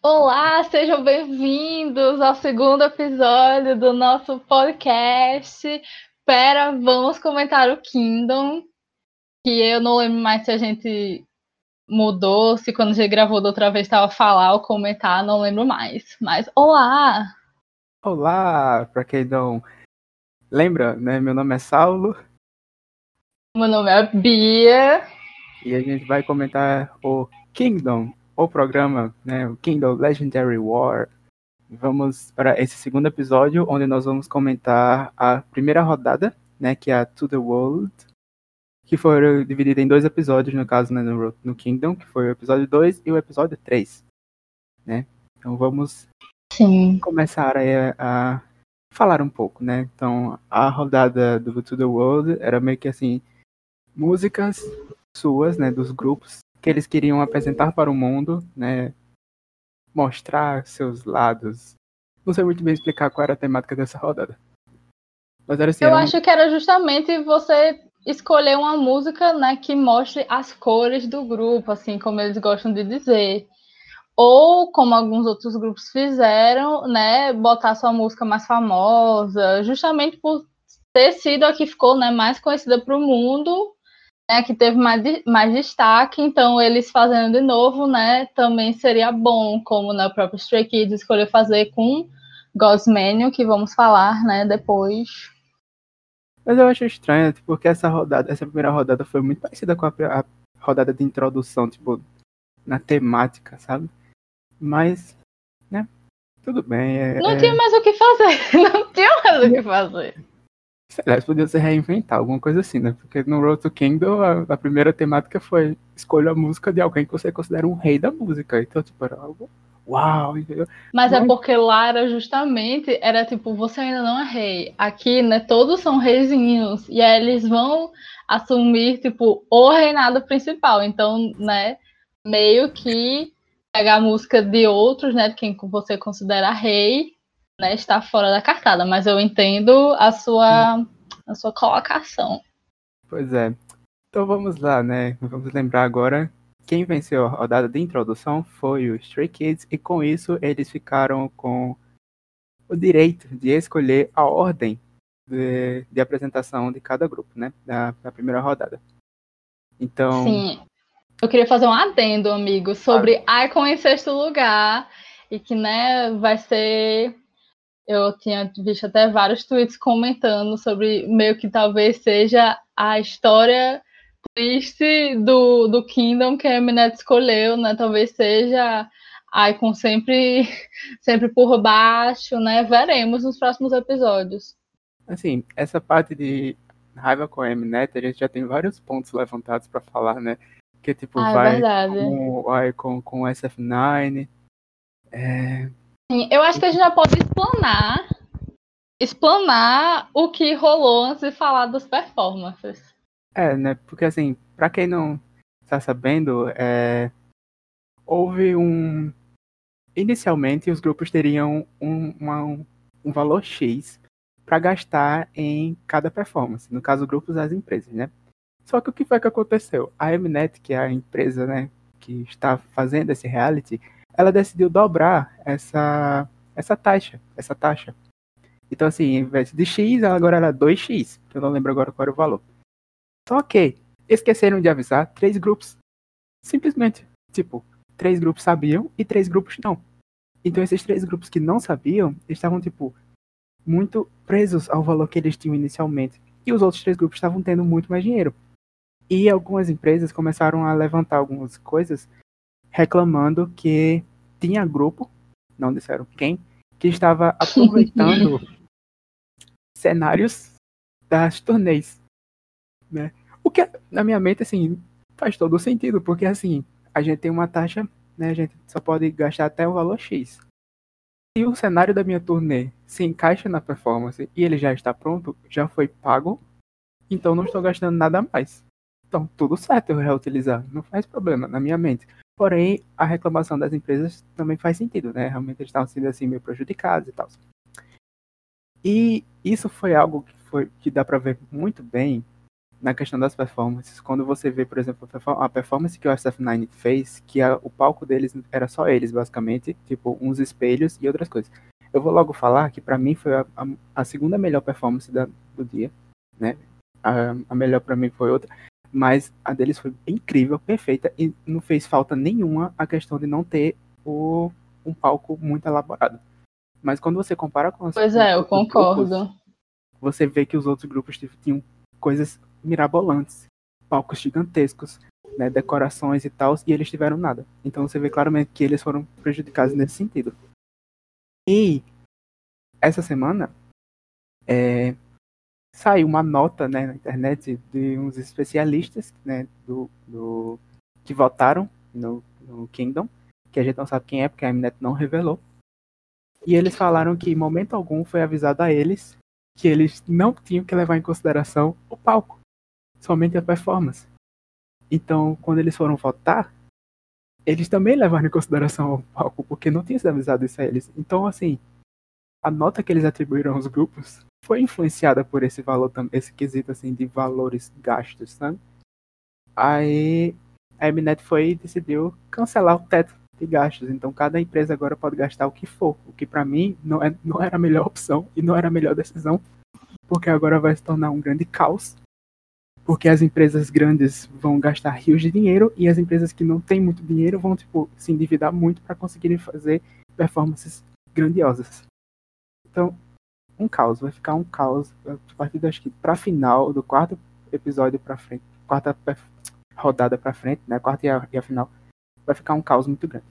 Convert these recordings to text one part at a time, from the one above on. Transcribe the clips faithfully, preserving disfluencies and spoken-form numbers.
Olá, sejam bem-vindos ao segundo episódio do nosso podcast. Pera, vamos comentar o Kingdom, que eu não lembro mais se a gente mudou, se quando a gente gravou da outra vez estava falar ou comentar, não lembro mais. Mas olá! Olá, pra quem não lembra, né? Meu nome é Saulo Meu nome é Bia. e a gente vai comentar o Kingdom, o programa, né? O Kingdom Legendary War. Vamos para esse segundo episódio, onde nós vamos comentar a primeira rodada, né? Que é a To the World, que foi dividida em dois episódios, no caso, né, no, no Kingdom, que foi o episódio dois e o episódio três, né? Então vamos Sim. começar aí a, a falar um pouco, né? Então, a rodada do To the World era meio que assim, músicas suas, né, dos grupos que eles queriam apresentar para o mundo, né, mostrar seus lados. Não sei muito bem explicar qual era a temática dessa rodada. Mas era assim, Eu era um... acho que era justamente você escolher uma música, né, que mostre as cores do grupo, assim como eles gostam de dizer. Ou, como alguns outros grupos fizeram, né, botar sua música mais famosa, justamente por ter sido a que ficou, né, mais conhecida para o mundo, né, que teve mais, mais destaque. Então, eles fazendo de novo, né, também seria bom, como, né, o próprio Stray Kids escolheu fazer com God's Menu, que vamos falar, né, depois. Mas eu acho estranho, tipo, porque essa rodada, essa primeira rodada foi muito parecida com a, a rodada de introdução, tipo, na temática, sabe? Mas, né, tudo bem. É, Não tinha é... mais o que fazer, não tinha mais o que fazer. Sei lá, eles podiam se reinventar, alguma coisa assim, né? Porque no Road to Kingdom, a, a primeira temática foi escolha a música de alguém que você considera um rei da música. Então, tipo, era algo uau, entendeu? Mas é Mas, porque lá era justamente, era tipo, você ainda não é rei. Aqui, né, todos são reizinhos. E aí eles vão assumir, tipo, o reinado principal. Então, né, meio que pegar a música de outros, né, de quem você considera rei, né, está fora da cartada. Mas eu entendo a sua, a sua colocação. pois é. Então vamos lá, né? Vamos lembrar agora. Quem venceu a rodada de introdução foi o Stray Kids, e com isso eles ficaram com o direito de escolher a ordem de, de apresentação de cada grupo, né? Da, da primeira rodada. Então, Sim, eu queria fazer um adendo, amigo, sobre Icon em sexto lugar, e que, né, vai ser... Eu tinha visto até vários tweets comentando sobre meio que talvez seja a história triste do, do Kingdom que a Eminet escolheu, né? Talvez seja Icon sempre, sempre por baixo, né? Veremos nos próximos episódios. assim, essa parte de raiva com a Mnet, a gente já tem vários pontos levantados para falar, né? Que tipo, Ah, é vai verdade. com, vai com, com o S F nove. É... Sim, eu acho que a gente já pode explanar, explanar o que rolou antes de falar das performances. é, né? Porque assim, para quem não está sabendo, é... houve um. Inicialmente, os grupos teriam um, uma, um valor X para gastar em cada performance. No caso, grupos das empresas, né? Só que o que foi que aconteceu? A Mnet, que é a empresa, né, que está fazendo esse reality, ela decidiu dobrar essa, essa taxa, essa taxa. Então, assim, em vez de X, ela agora era dois x. Eu não lembro agora qual era o valor. Só que esqueceram de avisar três grupos. Simplesmente. Tipo, três grupos sabiam e três grupos não. Então, esses três grupos que não sabiam, estavam, tipo, muito presos ao valor que eles tinham inicialmente. E os outros três grupos estavam tendo muito mais dinheiro. E algumas empresas começaram a levantar algumas coisas reclamando que tinha grupo, não disseram quem, que estava aproveitando cenários das turnês, né? O que, na minha mente, assim, faz todo sentido, porque, assim, a gente tem uma taxa, né? A gente só pode gastar até um valor X. Se o cenário da minha turnê se encaixa na performance e ele já está pronto, já foi pago, então não estou gastando nada mais. Então, tudo certo eu reutilizar, não faz problema na minha mente. Porém, a reclamação das empresas também faz sentido, né? Realmente eles estavam sendo assim meio prejudicados e tal. E isso foi algo que, foi, que dá para ver muito bem na questão das performances, quando você vê, por exemplo, a performance que o S F nove fez, que a, o palco deles era só eles, basicamente, tipo, uns espelhos e outras coisas. Eu vou logo falar que pra mim foi a, a, a segunda melhor performance da, do dia, né? A, a melhor pra mim foi outra, mas a deles foi incrível, perfeita, e não fez falta nenhuma a questão de não ter o, um palco muito elaborado. Mas quando você compara com os, Pois com os é, eu outros grupos, concordo. você vê que os outros grupos tinham coisas mirabolantes, palcos gigantescos, né, decorações e tal, e eles tiveram nada. Então você vê claramente que eles foram prejudicados nesse sentido. E essa semana é, saiu uma nota, né, na internet de uns especialistas, né, do, do que votaram no, no Kingdom, que a gente não sabe quem é, porque a Mnet não revelou. E eles falaram que em momento algum foi avisado a eles que eles não tinham que levar em consideração o palco, somente a performance. Então, quando eles foram votar, eles também levaram em consideração o palco, porque não tinha sido avisado isso a eles. Então, assim, a nota que eles atribuíram aos grupos foi influenciada por esse valor, esse quesito, assim, de valores gastos, sabe? Aí, a Mnet foi e decidiu cancelar o teto de gastos. Então, cada empresa agora pode gastar o que for, o que para mim não, é, não era a melhor opção e não era a melhor decisão, porque agora vai se tornar um grande caos. Porque as empresas grandes vão gastar rios de dinheiro e as empresas que não têm muito dinheiro vão, tipo, se endividar muito para conseguirem fazer performances grandiosas. Então, um caos, vai ficar um caos a partir do, acho que para final do quarto episódio para frente, quarta rodada para frente, né, quarta e a, e a final, vai ficar um caos muito grande.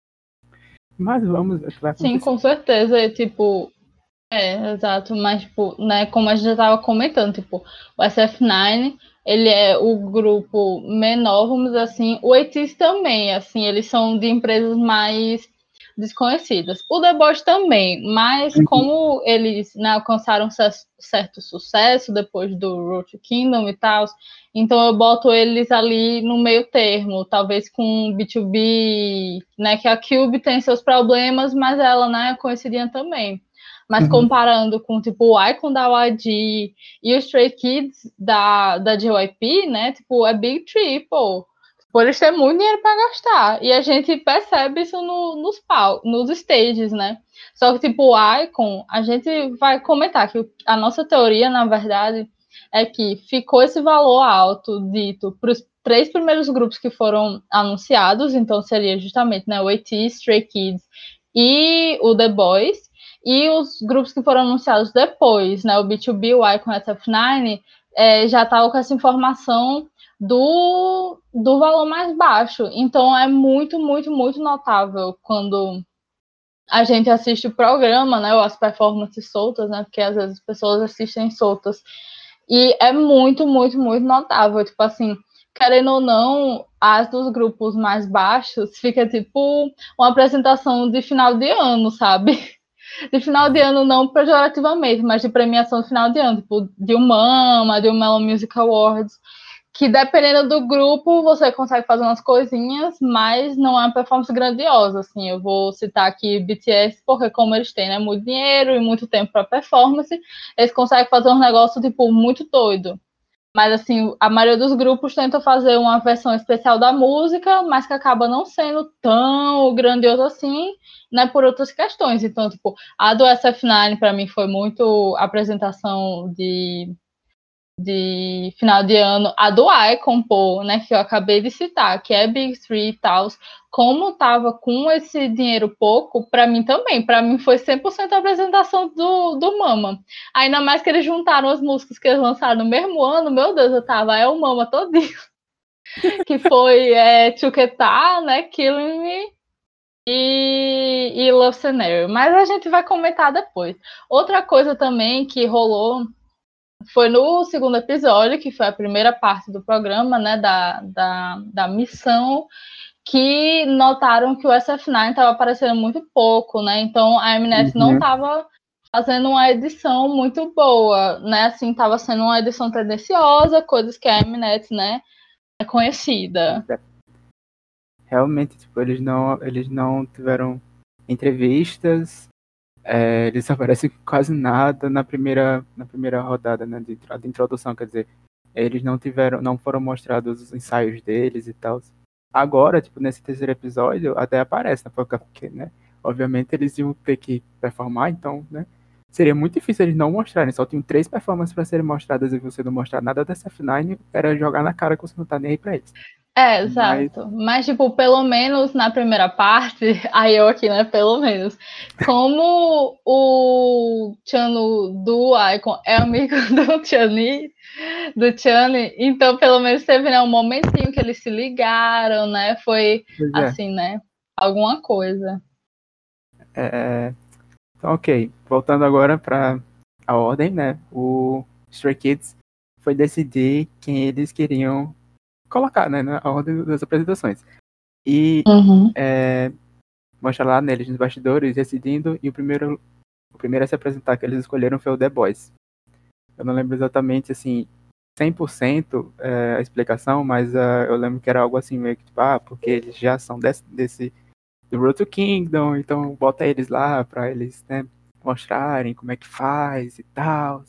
Mas vamos ver o que vai acontecer. Sim, com certeza, é tipo, é, exato, mas, tipo, né, como a gente já tava comentando, tipo, o S F nove, ele é o grupo menor, vamos dizer assim, o ATEEZ também, assim, eles são de empresas mais desconhecidas. O The Boys também, mas Uhum. como eles, né, alcançaram certo sucesso depois do Road to Kingdom e tal, então eu boto eles ali no meio termo, talvez com B dois B, né, que a Cube tem seus problemas, mas ela, né, é conhecidinha também. Mas Uhum. comparando com, tipo, o Icon da Y G e o Stray Kids da, da J Y P, né? Tipo, é Big Three, pô. Tipo, eles têm muito dinheiro para gastar. E a gente percebe isso no, nos pau, nos stages, né? Só que, tipo, o Icon, a gente vai comentar que a nossa teoria, na verdade, é que ficou esse valor alto dito para os três primeiros grupos que foram anunciados. Então, seria justamente, né, o ATEEZ, Stray Kids e o The Boys. E os grupos que foram anunciados depois, né, o B dois B, o Icon e o S F nove, é, já estavam com essa informação do, do valor mais baixo. Então é muito, muito, muito notável quando a gente assiste o programa, né, ou as performances soltas, né, porque às vezes as pessoas assistem soltas. E é muito, muito, muito notável. Tipo assim, querendo ou não, as dos grupos mais baixos fica tipo uma apresentação de final de ano, sabe? De final de ano, não pejorativamente, mas de premiação de final de ano, tipo, de um Mama, de um Melon Music Awards, que dependendo do grupo, você consegue fazer umas coisinhas, mas não é uma performance grandiosa, assim. Eu vou citar aqui B T S, porque como eles têm, né, muito dinheiro e muito tempo para performance, eles conseguem fazer um negócio, tipo, muito doido. Mas, assim, a maioria dos grupos tenta fazer uma versão especial da música, mas que acaba não sendo tão grandioso assim, né, por outras questões. Então, tipo, a do S F nove, para mim, foi muito apresentação de, de final de ano. A do Icon, pô, né, que eu acabei de citar, que é Big Three e tal, como tava com esse dinheiro pouco, para mim também. Para mim foi cem por cento a apresentação do, do Mama. Ainda mais que eles juntaram as músicas que eles lançaram no mesmo ano, meu Deus, eu tava, é o Mama todinho. Que foi é, Chuquetá, né, Killing Me e, e Love Scenario. Mas a gente vai comentar depois. Outra coisa também que rolou foi no segundo episódio, que foi a primeira parte do programa, né, da, da, da missão, que notaram que o S F nove estava aparecendo muito pouco, né? Então a Mnet uhum. não estava fazendo uma edição muito boa, né? Assim, estava sendo uma edição tendenciosa, coisas que a Mnet, né, é conhecida. Realmente, tipo, eles não, eles não tiveram entrevistas, é, eles aparecem quase nada na primeira, na primeira rodada, né, de, de introdução, quer dizer, Eles não tiveram, não foram mostrados os ensaios deles e tal. Agora, tipo, nesse terceiro episódio, até aparece, né? Porque, né? Obviamente eles iam ter que performar, então, né? Seria muito difícil eles não mostrarem. Só tinham três performances para serem mostradas e você não mostrar nada dessa F nove, era jogar na cara que você não tá nem aí pra eles. É, Mas, exato. Mas, tipo, pelo menos na primeira parte, aí eu aqui, né, pelo menos, como o Chanu do Icon é amigo do Chani, do Chani, então pelo menos teve, né, um momentinho que eles se ligaram, né, foi pois é. assim, né, alguma coisa. É, então, ok. Voltando agora para a ordem, né? O Stray Kids foi decidir quem eles queriam colocar, né? Na ordem das apresentações. E Uhum. é, mostra lá neles nos bastidores decidindo. E o primeiro, o primeiro a se apresentar que eles escolheram foi o The Boys. Eu não lembro exatamente, assim, cem por cento é, a explicação, mas uh, eu lembro que era algo assim, meio que tipo, ah, porque eles já são desse, desse do Road to Kingdom, então bota eles lá pra eles, né, mostrarem como é que faz e tal.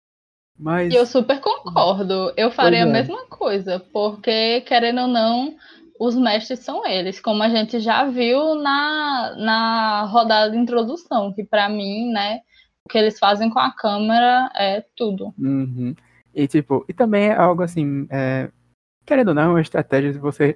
E eu Mas, super concordo. Eu pois farei a é. mesma coisa, porque, querendo ou não, os mestres são eles, como a gente já viu na, na rodada de introdução, que para mim, né, o que eles fazem com a câmera é tudo. Uhum. E tipo, e também é algo assim, é, querendo ou não, é uma estratégia de você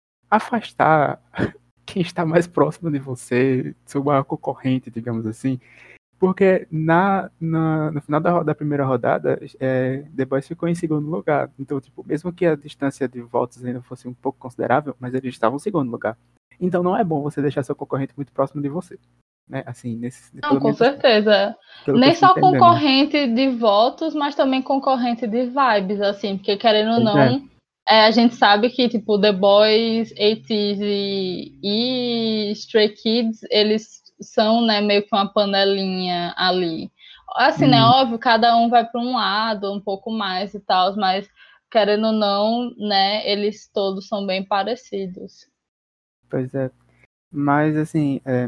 afastar quem está mais próximo de você, seu maior concorrente, digamos assim. Porque na, na, no final da, da primeira rodada, é, The Boys ficou em segundo lugar. Então, tipo, mesmo que a distância de votos ainda fosse um pouco considerável, mas eles estavam em segundo lugar. Então não é bom você deixar seu concorrente muito próximo de você. Né? Assim, nesse, Não, pelo com menos assim, certeza. pelo que eu Nem estou só entendendo. concorrente de votos, mas também concorrente de vibes, assim, porque querendo ou Pois é. não, é, a gente sabe que, tipo, The Boys, ATEEZ e, e Stray Kids, eles são, né, meio que uma panelinha ali. Assim, né, Hum, óbvio, cada um vai para um lado, um pouco mais e tal, mas querendo ou não, né, eles todos são bem parecidos. pois é. Mas assim, é,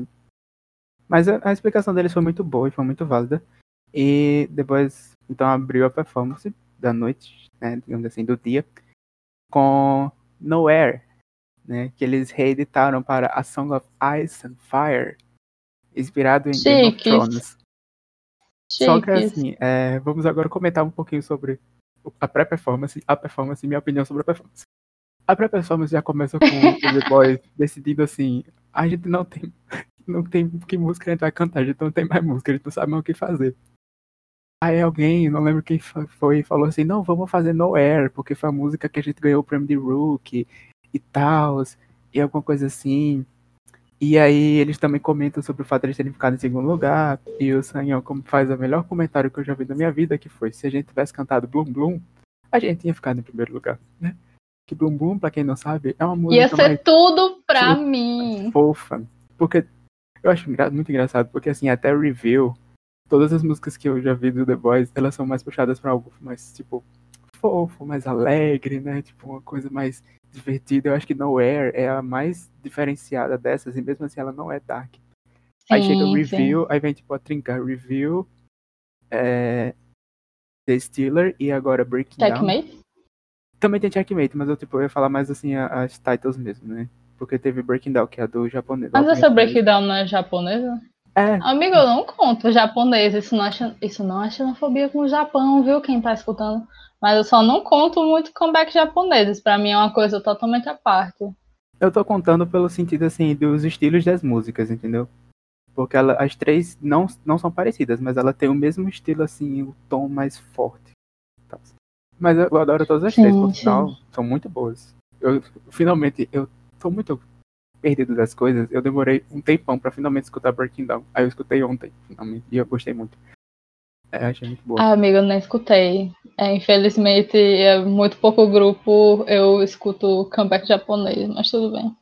mas a, a explicação deles foi muito boa e foi muito válida. E depois, então, abriu a performance da noite, né, digamos assim, do dia, com Nowhere, né, que eles reeditaram para A Song of Ice and Fire, inspirado em Game of Chiques, Thrones. Só que chiques. assim, é, vamos agora comentar um pouquinho sobre a pré-performance, a performance e minha opinião sobre a performance. A pré-performance já começa com o The Boys decidindo assim, a gente não tem, não tem que música a gente vai cantar, a gente não tem mais música, a gente não sabe mais o que fazer. Aí alguém, não lembro quem foi, falou assim, não, vamos fazer No Air, porque foi a música que a gente ganhou o prêmio de Rookie e tal, e alguma coisa assim. E aí eles também comentam sobre o fato de eles terem ficado em segundo lugar, e o Sanhão faz o melhor comentário que eu já vi na minha vida, que foi, se a gente tivesse cantado Bloom Bloom, a gente tinha ficado em primeiro lugar, né? Que Bloom Bloom, pra quem não sabe, é uma Ia música mais ser tudo pra mim. fofa, porque eu acho muito engraçado, porque assim, até o review, todas as músicas que eu já vi do The Boys, elas são mais puxadas pra algo mais, tipo, fofo, mais alegre, né? Tipo, uma coisa mais divertida. Eu acho que Nowhere é a mais diferenciada dessas, e mesmo assim ela não é dark. Aí chega o Sim, sim. review, aí vem tipo a trincar review, é, The Stealer e agora Breaking Down. Checkmate? Também tem Checkmate, mas eu, tipo, eu ia falar mais assim a- as titles mesmo, né? Porque teve Breaking Down, que é a do japonês, do Mas álbum essa japonês. breakdown não é japonesa? É, Amigo, eu não conto japonês. Isso não, é, xen- isso não é xenofobia com o Japão, viu? Quem tá escutando. Mas eu só não conto muito comeback japoneses. Pra mim é uma coisa totalmente à parte. eu tô contando pelo sentido, assim, dos estilos das músicas, entendeu? Porque ela, as três não, não são parecidas, mas ela tem o mesmo estilo, assim, o tom mais forte. Tá? Mas eu adoro todas as três, por Sim, sim. sinal, são muito boas. Eu, finalmente, eu tô muito perdido das coisas. Eu demorei um tempão pra finalmente escutar Breaking Down. Aí eu escutei ontem, finalmente, e eu gostei muito. É, achei muito boa. Ah, amiga, eu nem escutei. É, infelizmente, é muito pouco grupo eu escuto comeback japonês, mas tudo bem.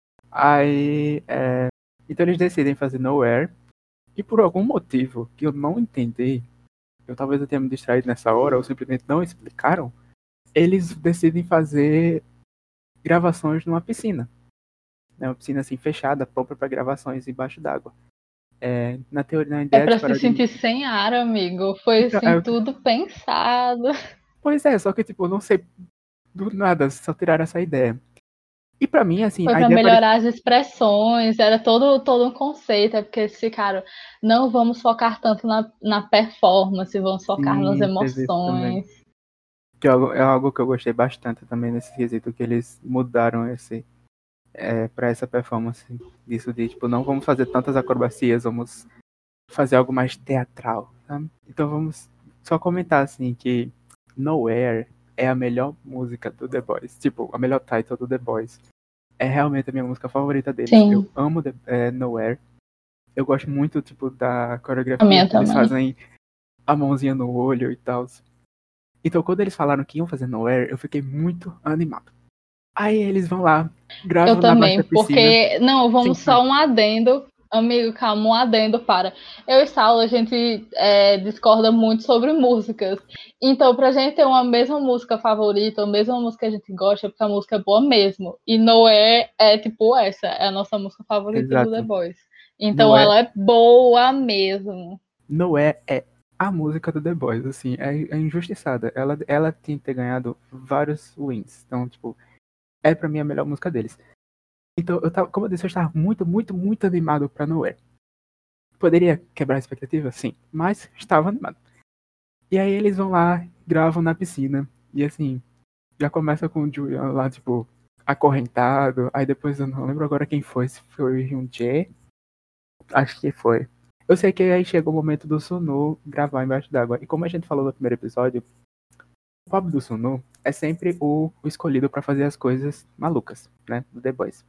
Aí, é, então eles decidem fazer Nowhere, e por algum motivo que eu não entendi, eu talvez eu tenha me distraído nessa hora, ou simplesmente não explicaram, eles decidem fazer gravações numa piscina. Né, uma piscina assim fechada, própria para gravações embaixo d'água. É, na teoria, na É ideia de pra se parar de... sentir sem ar, amigo. Foi Então, assim, é, tudo pensado. Pois é, só que, tipo, eu não sei do nada, só tiraram essa ideia. E pra mim, assim, Foi a para ideia parece... melhorar as expressões, era todo, todo um conceito, é porque eles ficaram, não vamos focar tanto na, na performance, vamos focar nas Sim, teve isso também. emoções. Que é algo, é algo que eu gostei bastante também nesse quesito, que eles mudaram esse... É, pra essa performance. Isso de, tipo, não vamos fazer tantas acrobacias, vamos fazer algo mais teatral, sabe? Então vamos só comentar, assim, que Nowhere é a melhor música do The Boys. Tipo, a melhor title do The Boys. É realmente a minha música favorita deles. Eu Sim, amo The, é, Nowhere. Eu gosto muito, tipo, da a coreografia minha que eles também. fazem a mãozinha no olho e tal. Então, quando eles falaram que iam fazer Nowhere, eu fiquei muito animado. Aí eles vão lá, Eu gravam na baixa também, da piscina. porque, não, Sim, vamos só um adendo, amigo, calma, um adendo para. Eu e Saulo, a gente é, discorda muito sobre músicas. Então, pra gente ter uma mesma música favorita, a mesma música que a gente gosta, é porque a música é boa mesmo. E Noé é tipo essa, é a nossa música favorita do The exato. Boys. Então, Nowhere, ela é boa mesmo. Nowhere é a música do The Boys, assim, é, é injustiçada. Ela, ela tinha que ter ganhado vários wins. Então, tipo, é pra mim a melhor música deles. Então, eu tava, como eu disse, eu estava muito, muito, muito animado pra Nowhere. Poderia quebrar a expectativa? Sim, mas estava animado. E aí eles vão lá, gravam na piscina. E assim, já começa com o Julian lá, tipo, acorrentado. Aí depois eu não lembro agora quem foi, se foi o Hyun-jae. Acho que foi. Eu sei que aí chegou o momento do Sunu gravar embaixo d'água. E como a gente falou no primeiro episódio, o pobre do Sunu é sempre o, o escolhido pra fazer as coisas malucas, né? Do The Boys.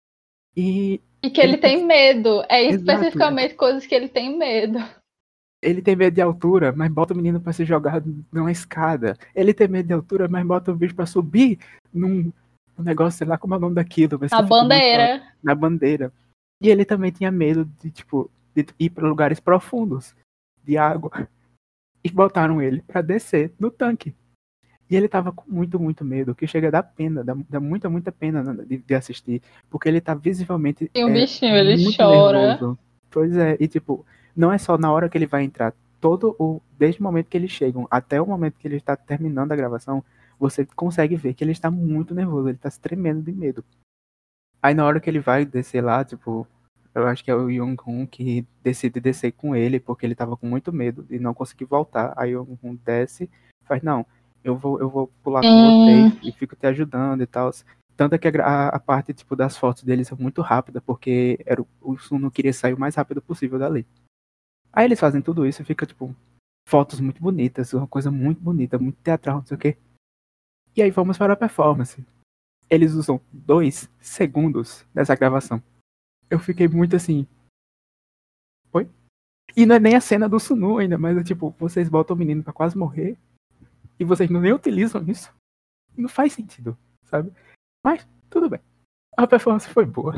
E E que ele ele tem. tem medo, é Exato. especificamente coisas que ele tem medo. Ele tem medo de altura, mas bota o menino pra ser jogado numa escada. Ele tem medo de altura, mas bota o bicho pra subir num, num negócio, sei lá como é o nome daquilo, mas A que fica muito alto, bandeira. na bandeira. E ele também tinha medo de, tipo, de ir pra lugares profundos de água. E botaram ele pra descer no tanque. E ele tava com muito, muito medo, que chega a dar pena, dá, dá muita, muita pena de, de assistir, porque ele tá visivelmente Tem um é, bichinho, ele muito chora. nervoso. Pois é, e tipo, não é só na hora que ele vai entrar, todo o, desde o momento que eles chegam até o momento que ele está terminando a gravação, você consegue ver que ele está muito nervoso, ele tá se tremendo de medo. Aí na hora que ele vai descer lá, tipo, eu acho que é o Jong-un que decide descer com ele, porque ele tava com muito medo de não conseguir voltar. Aí o Jong-un desce, faz, não, eu vou, eu vou pular com vocês Sim. e fico te ajudando e tal. Tanto é que a, a parte, tipo, das fotos deles é muito rápida, porque era, o, o Sun queria sair o mais rápido possível dali. Aí eles fazem tudo isso e fica, tipo, fotos muito bonitas, uma coisa muito bonita, muito teatral, não sei o quê. E aí vamos para a performance. Eles usam dois segundos dessa gravação. Eu fiquei muito assim, oi? E não é nem a cena do Sunu ainda, mas é tipo, vocês botam o menino pra quase morrer e vocês não nem utilizam isso. Não faz sentido, sabe? Mas, tudo bem. A performance foi boa.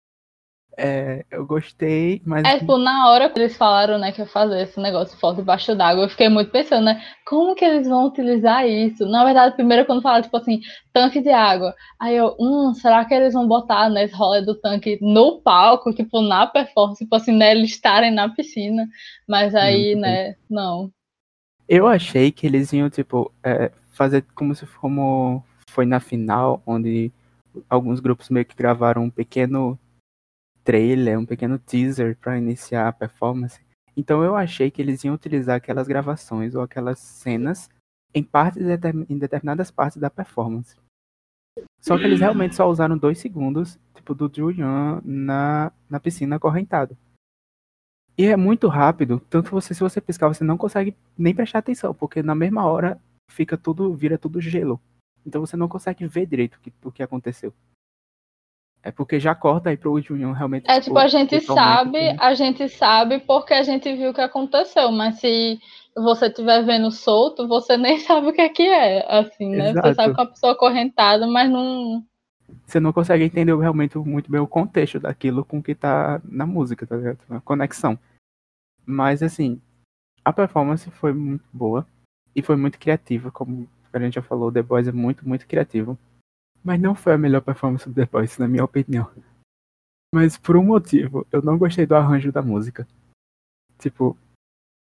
É, eu gostei, mas É, tipo, na hora que eles falaram, né, que ia fazer esse negócio de foto debaixo d'água, eu fiquei muito pensando, né, como que eles vão utilizar isso? Na verdade, primeiro quando falaram, tipo assim, tanque de água, aí eu, hum, será que eles vão botar, né, esse rolê do tanque no palco, tipo, na performance, tipo assim, né, eles estarem na piscina, mas não, aí, também. né, não. Eu achei que eles iam, tipo, é, fazer como se como foi na final, onde alguns grupos meio que gravaram um pequeno trailer, um pequeno teaser para iniciar a performance. Então eu achei que eles iam utilizar aquelas gravações ou aquelas cenas em partes em determinadas partes da performance. Só que eles realmente só usaram dois segundos, tipo, do Julian na, na piscina acorrentado. E é muito rápido, tanto você, se você piscar, você não consegue nem prestar atenção, porque na mesma hora fica tudo, vira tudo gelo. Então você não consegue ver direito o que, o que aconteceu. É porque já corta aí pro Julian realmente, É tipo, a tipo, gente totalmente sabe, como... a gente sabe porque a gente viu o que aconteceu, mas se você estiver vendo solto, você nem sabe o que é que é, assim, né? Você sabe Exato. que é uma pessoa acorrentada, mas não. Você não consegue entender realmente muito bem o contexto daquilo com o que tá na música, tá ligado? A conexão. Mas, assim, a performance foi muito boa e foi muito criativa, como a gente já falou, The Boys é muito, muito criativo. Mas não foi a melhor performance do The Boys, na minha opinião. Mas por um motivo, eu não gostei do arranjo da música. Tipo,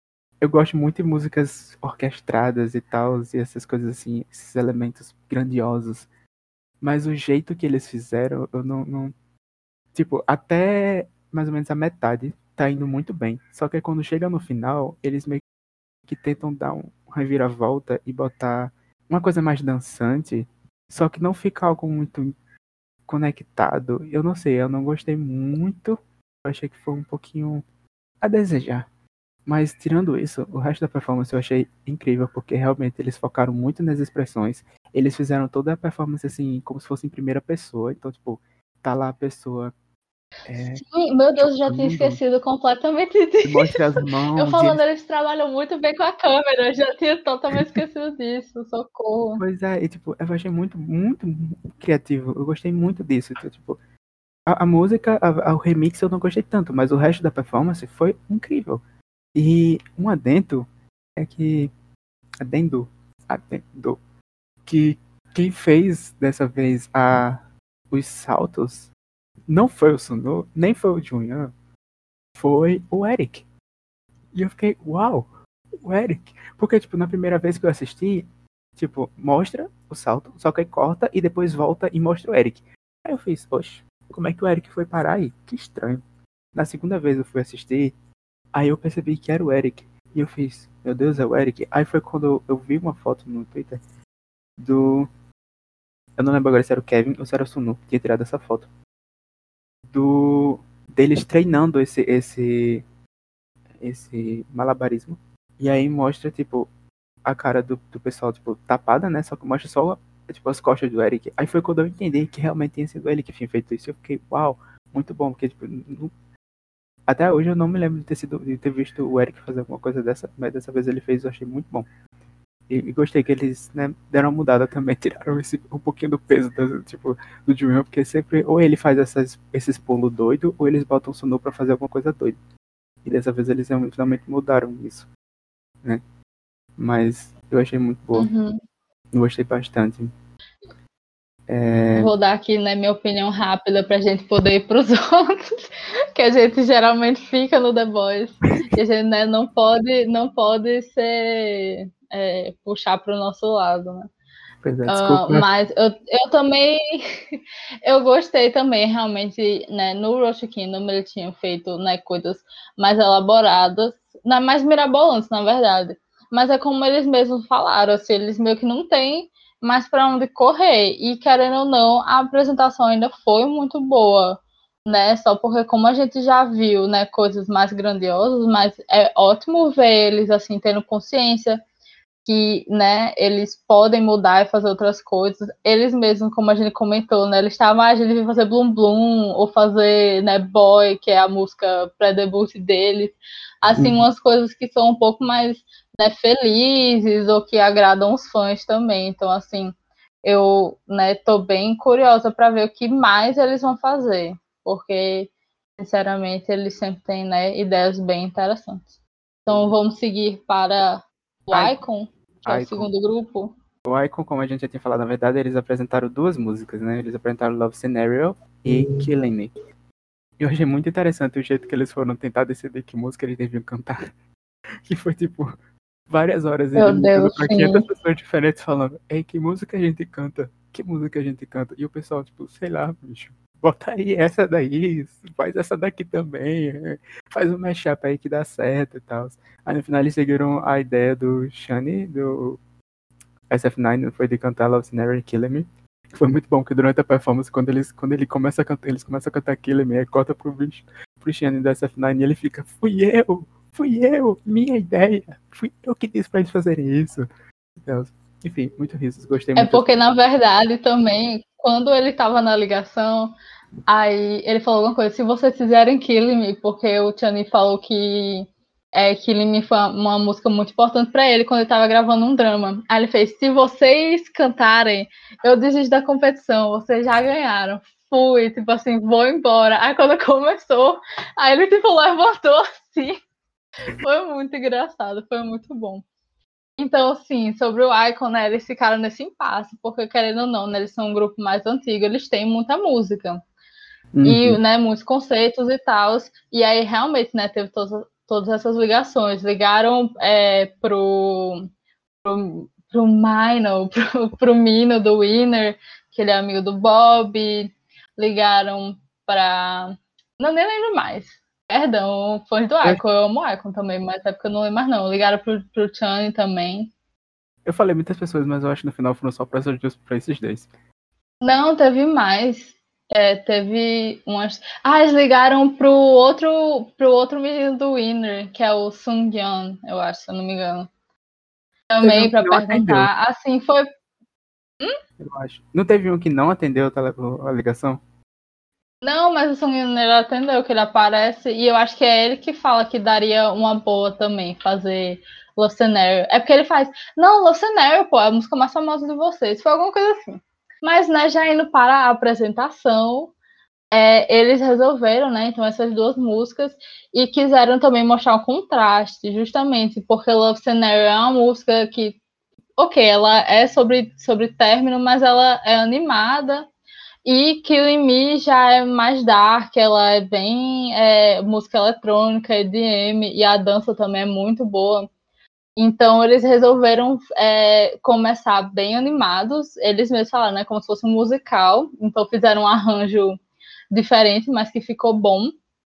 eu gosto muito de músicas orquestradas e tal, e essas coisas assim, esses elementos grandiosos. Mas o jeito que eles fizeram, eu não, não. Tipo, até mais ou menos a metade tá indo muito bem. Só que quando chega no final, eles meio que tentam dar um reviravolta e botar uma coisa mais dançante, só que não fica algo muito conectado. Eu não sei, eu não gostei muito. Eu achei que foi um pouquinho a desejar. Mas tirando isso, o resto da performance eu achei incrível, porque realmente eles focaram muito nas expressões. Eles fizeram toda a performance assim, como se fosse em primeira pessoa. Então, tipo, tá lá a pessoa é, Sim, meu Deus, eu já tinha chorando, esquecido completamente e disso. mostra as Eu mãos, e falando, eles. eles trabalham muito bem com a câmera, eu já tinha totalmente esquecido disso, socorro. Pois é, e tipo, eu achei muito, muito criativo. Eu gostei muito disso. Então, tipo, a, a música, a, a- o remix eu não gostei tanto, mas o resto da performance foi incrível. E um adendo é que. Adendo. Adendo. Que quem fez dessa vez a, os saltos não foi o Sunu, nem foi o Junyan, foi o Eric. E eu fiquei, uau, o Eric. Porque, tipo, na primeira vez que eu assisti, tipo, mostra o salto, só que aí corta e depois volta e mostra o Eric. Aí eu fiz, poxa, como é que o Eric foi parar aí? Que estranho. Na segunda vez eu fui assistir, aí eu percebi que era o Eric. E eu fiz, meu Deus, é o Eric. Aí foi quando eu, eu vi uma foto no Twitter do. Eu não lembro agora se era o Kevin ou se era o Sunu que tinha tirado essa foto. Do. Deles treinando esse, esse, esse malabarismo. E aí mostra, tipo, a cara do, do pessoal, tipo, tapada, né? Só que mostra só, tipo, as costas do Eric. Aí foi quando eu entendi que realmente tinha sido ele que tinha feito isso. Eu fiquei, uau, muito bom, porque, tipo, não- até hoje eu não me lembro de ter sido, de ter visto o Eric fazer alguma coisa dessa, mas dessa vez ele fez, eu achei muito bom. E, e gostei que eles, né, deram uma mudada também, tiraram esse, um pouquinho do peso, do, tipo, do Junior, porque sempre, ou ele faz essas, esses pulos doidos, ou eles botam o Sunu pra fazer alguma coisa doida. E dessa vez eles realmente mudaram isso, né? Mas eu achei muito boa. Uhum. Eu gostei bastante. É... Vou dar aqui, né, minha opinião rápida pra gente poder ir pros outros, que a gente geralmente fica no The Boys. E a gente, né, não pode, não pode ser, é, puxar pro nosso lado, né? Pois é, Uh, desculpa. mas eu, eu também eu gostei também realmente, né, no Rush Kingdom eles tinham feito, né, coisas mais elaboradas, né, mais mirabolantes na verdade, mas é como eles mesmos falaram, assim, eles meio que não têm mais para onde correr, e querendo ou não a apresentação ainda foi muito boa, né, só porque como a gente já viu, né, coisas mais grandiosas, mas é ótimo ver eles assim tendo consciência que, né, eles podem mudar e fazer outras coisas. Eles mesmos, como a gente comentou, né, eles estavam, ah, a gente vai fazer Bloom Bloom, ou fazer, né, Boy, que é a música pré-debut deles. Assim, Hum, umas coisas que são um pouco mais, né, felizes, ou que agradam os fãs também. Então, assim, eu, né, tô bem curiosa para ver o que mais eles vão fazer, porque, sinceramente, eles sempre têm, né, ideias bem interessantes. Então, vamos seguir para o Icon. Icon, que é o Icon. segundo grupo. O Icon, como a gente já tinha falado, na verdade, eles apresentaram duas músicas, né? Eles apresentaram Love Scenario e Killing Me. Eu achei muito interessante o jeito que eles foram tentar decidir que música eles deviam cantar. Que foi, tipo, várias horas ele Meu ligando Deus, pra sim. quinhentas pessoas diferentes falando: Ei, que música a gente canta? Que música a gente canta? E o pessoal, tipo, sei lá, bicho. Bota aí essa daí, faz essa daqui também, é, faz um mashup aí que dá certo e tal. Aí no final eles seguiram a ideia do Shani, do S F nove, foi de cantar Love Scenario e Killing Me. Foi muito bom, porque durante a performance, quando, eles, quando ele começa a cantar, eles começam a cantar Killing Me, aí corta pro bicho, pro Shani do S F nove e ele fica, fui eu, fui eu, minha ideia, fui eu que disse pra eles fazerem isso. Então, enfim, muito risos, gostei É muito. porque, na verdade, também, quando ele estava na ligação, aí ele falou alguma coisa, se vocês fizerem Killing Me, porque o Tiani falou que é, Killing Me foi uma, uma música muito importante para ele quando ele estava gravando um drama. Aí ele fez, se vocês cantarem, eu desisto da competição, vocês já ganharam. Fui, tipo assim, vou embora. Aí quando começou, aí ele tipo levantou assim. Foi muito engraçado, foi muito bom. Então, assim, sobre o Icon, né, eles ficaram nesse impasse, porque querendo ou não, né, eles são um grupo mais antigo, eles têm muita música e, Uhum. né, muitos conceitos e tal. E aí realmente, né, teve todas todas essas ligações. Ligaram é, pro, pro, pro Mino, pro, pro Mino do Winner, que ele é amigo do Bob. Ligaram pra... Não, nem lembro mais. Perdão, fãs do Icon. Eu amo o Icon também, mas é porque eu não lembro mais não. Ligaram pro, pro Chani também. Eu falei muitas pessoas, mas eu acho que no final foram só pra esses, pra esses dois. Não, teve mais. É, teve umas. Ah, eles ligaram pro outro, pro outro menino do Winner, que é o Sung Yeon, eu acho, se eu não me engano. Teve um Também que para não atendeu, perguntar. Assim, foi. eu acho. Não teve um que não atendeu a, tele- a ligação? Não, mas o Sung Yeon ele atendeu, que ele aparece, e eu acho que é ele que fala que daria uma boa também fazer Love Scenario. É porque ele faz. Não, Love Scenario, pô, é a música mais famosa de vocês. Foi alguma coisa assim. Mas, né, já indo para a apresentação. É, eles resolveram, né, então, essas duas músicas e quiseram também mostrar um contraste, justamente porque Love Scenario é uma música que, ok, ela é sobre, sobre término, mas ela é animada e Killing Me já é mais dark, ela é bem é, música eletrônica, E D M, e a dança também é muito boa. Então, eles resolveram é, começar bem animados, eles mesmos falaram, né, como se fosse um musical, então fizeram um arranjo diferente, mas que ficou bom.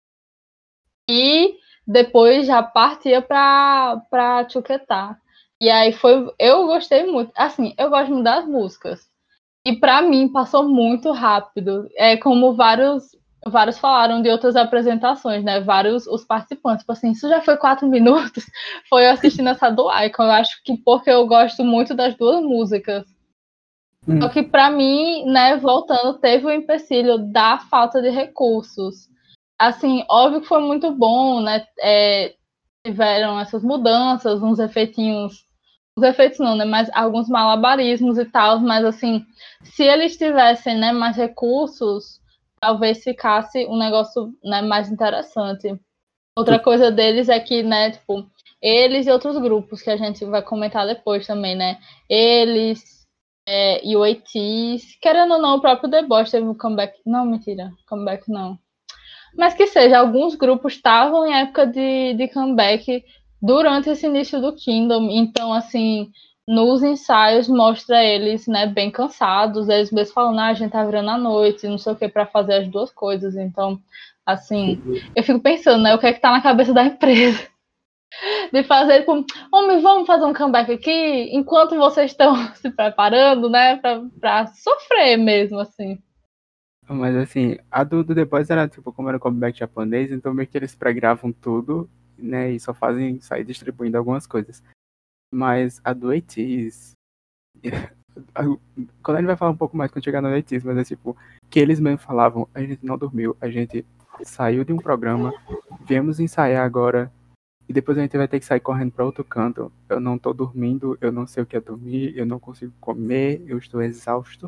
E depois já partia para para Chuquetá. E aí foi, eu gostei muito. Assim, eu gosto muito das músicas. E para mim passou muito rápido. É como vários vários falaram de outras apresentações, né? Vários os participantes, tipo assim, isso já foi quatro minutos. Foi eu assistindo essa do Icon. Eu acho que porque eu gosto muito das duas músicas. Hum. Só que para mim, né, voltando, teve o empecilho da falta de recursos. Assim, óbvio que foi muito bom, né? É, tiveram essas mudanças, uns efeitinhos, os efeitos não, né? Mas alguns malabarismos e tal, mas assim, se eles tivessem, né, mais recursos, talvez ficasse um negócio, né, mais interessante. Outra coisa deles é que, né, tipo, eles e outros grupos que a gente vai comentar depois também, né? Eles é, e o ATEEZ, querendo ou não, o próprio The Boys teve um comeback. Não, mentira, comeback não. Mas que seja, alguns grupos estavam em época de, de comeback durante esse início do Kingdom, então, assim, nos ensaios mostra eles, né, bem cansados, eles mesmos falando, ah, a gente tá virando a noite, não sei o que, para fazer as duas coisas, então, assim, eu fico pensando, né, o que é que tá na cabeça da empresa, de fazer, tipo, homem, vamos fazer um comeback aqui, enquanto vocês estão se preparando, né, pra, pra sofrer mesmo, assim. Mas assim, a do, do The Boys era tipo, como era comeback japonês, então meio que eles pré-gravam tudo, né, e só fazem sair distribuindo algumas coisas. Mas a do ATEEZ, quando a gente vai falar um pouco mais quando chegar no ATEEZ, mas é tipo, que eles mesmo falavam, a gente não dormiu, a gente saiu de um programa, viemos ensaiar agora, e depois a gente vai ter que sair correndo para outro canto. Eu não tô dormindo, eu não sei o que é dormir, eu não consigo comer, eu estou exausto.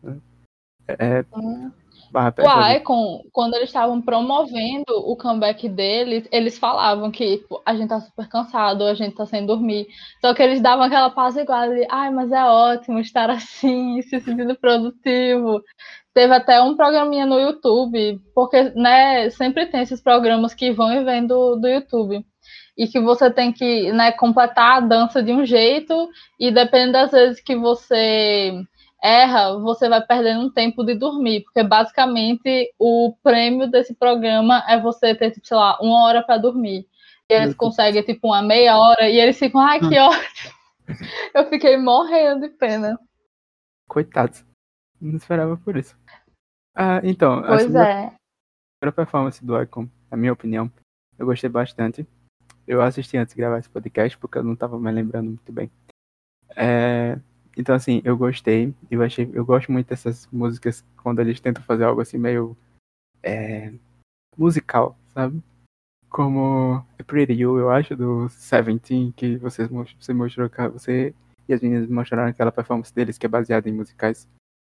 É, Hum. barra O pesada. Icon, quando eles estavam promovendo o comeback deles, eles falavam que tipo, a gente tá super cansado, a gente tá sem dormir. Só que eles davam aquela paz igual ali, ai, mas é ótimo estar assim, se sentindo produtivo. Teve até um programinha no YouTube, porque né, sempre tem esses programas que vão e vêm do, do YouTube. E que você tem que né, completar a dança de um jeito, e dependendo das vezes que você erra, você vai perdendo um tempo de dormir, porque basicamente o prêmio desse programa é você ter, tipo, sei lá, uma hora para dormir. E eles Meu Deus. conseguem, tipo, uma meia hora, e eles ficam, ai, que Hum. ótimo. Eu fiquei morrendo de pena. Coitados. Não esperava por isso. Ah, então, a Pois segunda é. performance do Icon, na minha opinião, eu gostei bastante. Eu assisti antes de gravar esse podcast, porque eu não estava me lembrando muito bem. É, então, assim, eu gostei. Eu achei, eu gosto muito dessas músicas quando eles tentam fazer algo assim meio é, musical, sabe? Como Pretty You, eu acho, do Seventeen, que vocês, você mostrou, você e as meninas mostraram aquela performance deles que é baseada em musicais.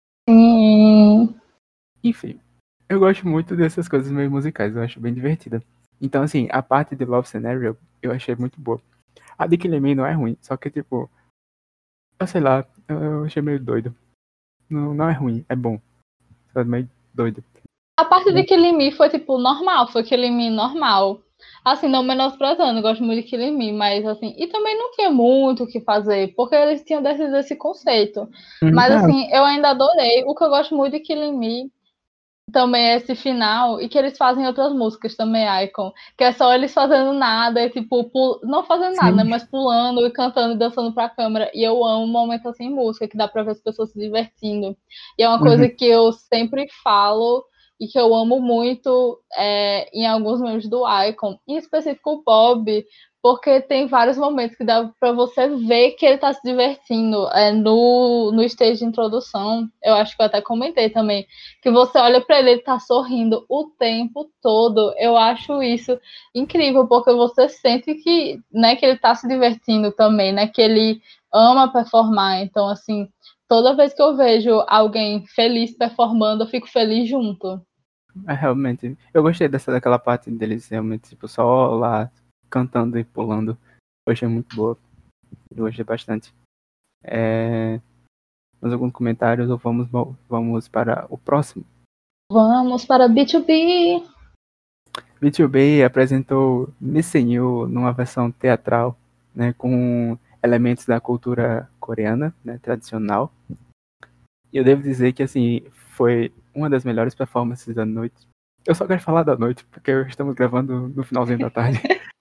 Sim. Enfim, eu gosto muito dessas coisas meio musicais, eu acho bem divertida. Então, assim, a parte de Love Scenario eu achei muito boa. A de Killing Me não é ruim, só que, tipo, eu sei lá, eu, eu achei meio doido. Não, não é ruim, é bom. Só é meio doido. A parte de Killing Me foi, tipo, normal, foi Killing Me normal. Assim, não menosprezando, eu gosto muito de Killing Me, mas assim, e também não tinha muito o que fazer, porque eles tinham decidido esse conceito. Hum, Mas ah, assim, eu ainda adorei. O que eu gosto muito de Killing Me também é esse final, e que eles fazem outras músicas também, Icon, que é só eles fazendo nada, e tipo, pul... não fazendo nada, né, sim. mas pulando e cantando e dançando pra câmera, e eu amo um momento assim em música, que dá pra ver as pessoas se divertindo, e é uma Uhum. coisa que eu sempre falo, e que eu amo muito é, em alguns membros do Icon, em específico o Bob, porque tem vários momentos que dá pra você ver que ele tá se divertindo, é, no, no stage de introdução, eu acho que eu até comentei também, que você olha para ele, ele tá sorrindo o tempo todo. Eu acho isso incrível, porque você sente que, né, que ele tá se divertindo também, né, que ele ama performar. Então, assim, toda vez que eu vejo alguém feliz performando, eu fico feliz junto. É, realmente. Eu gostei dessa daquela parte deles realmente, tipo, só lá cantando e pulando. Eu achei muito boa. Eu gostei bastante. É... Mais alguns comentários ou vamos, vamos para o próximo? Vamos para B dois B. B dois B apresentou Missing You numa versão teatral, né, com elementos da cultura coreana, né, tradicional. E eu devo dizer que, assim, foi uma das melhores performances da noite. Eu só quero falar da noite, porque estamos gravando no finalzinho da tarde.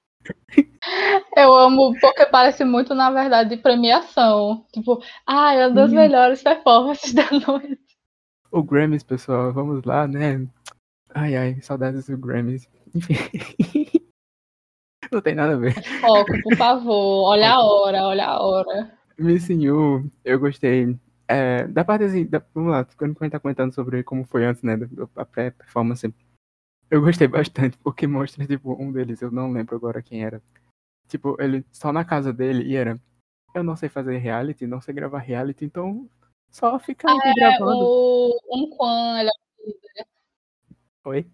Eu amo porque parece muito, na verdade, premiação. Tipo, ah, é uma das Sim. melhores performances da noite. O Grammys, pessoal, vamos lá, né? Ai, ai, saudades do Grammys. Enfim, não tem nada a ver. Foco, por favor. Olha a hora, olha a hora. Missing You, eu gostei. É, da parte assim, da, vamos lá, quando a gente tá comentando sobre como foi antes, né, da, da pré-performance, eu gostei bastante, porque mostra, tipo, um deles, eu não lembro agora quem era. Tipo, ele só na casa dele e era, eu não sei fazer reality, não sei gravar reality, então só fica aqui É gravando. o Um Kwan, ele Oi?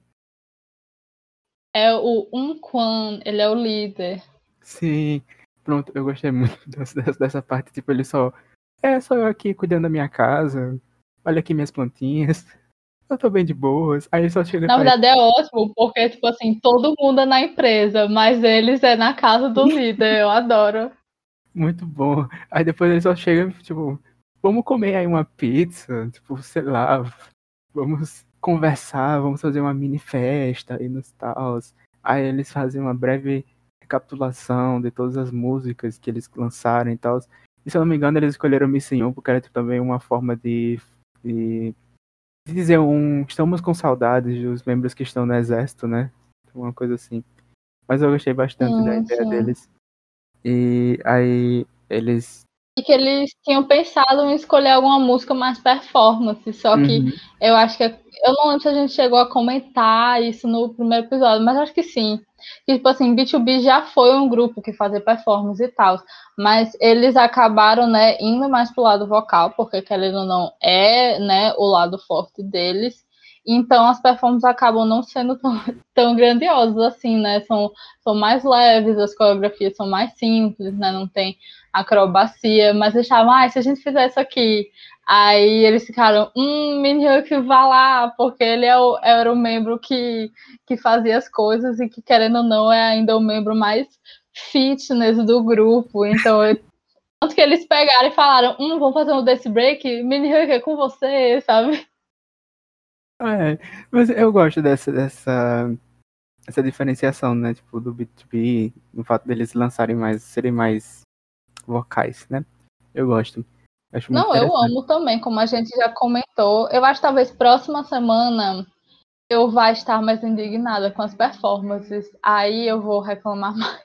é o Um Kwan, ele é o líder. Sim, pronto, eu gostei muito dessa, dessa parte, tipo, ele só, é só eu aqui cuidando da minha casa, olha aqui minhas plantinhas, eu tô bem de boas. Aí ele só chega e Na faz, verdade é ótimo, porque, tipo assim, todo mundo é na empresa, mas eles é na casa do líder, eu adoro. muito bom. Aí depois ele só chega, tipo, vamos comer aí uma pizza, tipo, sei lá, vamos conversar, vamos fazer uma mini festa aí nos tals. Aí eles fazem uma breve recapitulação de todas as músicas que eles lançaram e tal. E se eu não me engano, eles escolheram Missing You porque era tipo, também uma forma de, de, de dizer um estamos com saudades dos membros que estão no exército, né? Uma coisa assim. Mas eu gostei bastante da Sim, ideia sim. deles. E aí eles. E que eles tinham pensado em escolher alguma música mais performance, só que Uhum. eu acho que. Eu não lembro se a gente chegou a comentar isso no primeiro episódio, mas acho que sim. Que, tipo assim, B dois B já foi um grupo que fazia performance e tal, mas eles acabaram, né, indo mais pro lado vocal, porque querendo ou não, é, né, o lado forte deles. Então as performances acabam não sendo tão, tão grandiosas assim, né? São, são mais leves, as coreografias são mais simples, né? Não tem acrobacia, mas eles achavam, ah, se a gente fizer isso aqui, aí eles ficaram, hum, Minhyuk vá lá, porque ele é o, era o membro que, que fazia as coisas e que, querendo ou não, é ainda o membro mais fitness do grupo, então eu, tanto que eles pegaram e falaram, hum, vamos fazer um dance break, Minhyuk é com você, sabe? É, mas eu gosto dessa, dessa, essa diferenciação, né? Tipo, do B dois B, no fato deles lançarem mais, serem mais vocais, né? Eu gosto. Acho muito Não, eu interessante. amo também, como a gente já comentou. Eu acho que talvez próxima semana eu vá estar mais indignada com as performances. Aí eu vou reclamar mais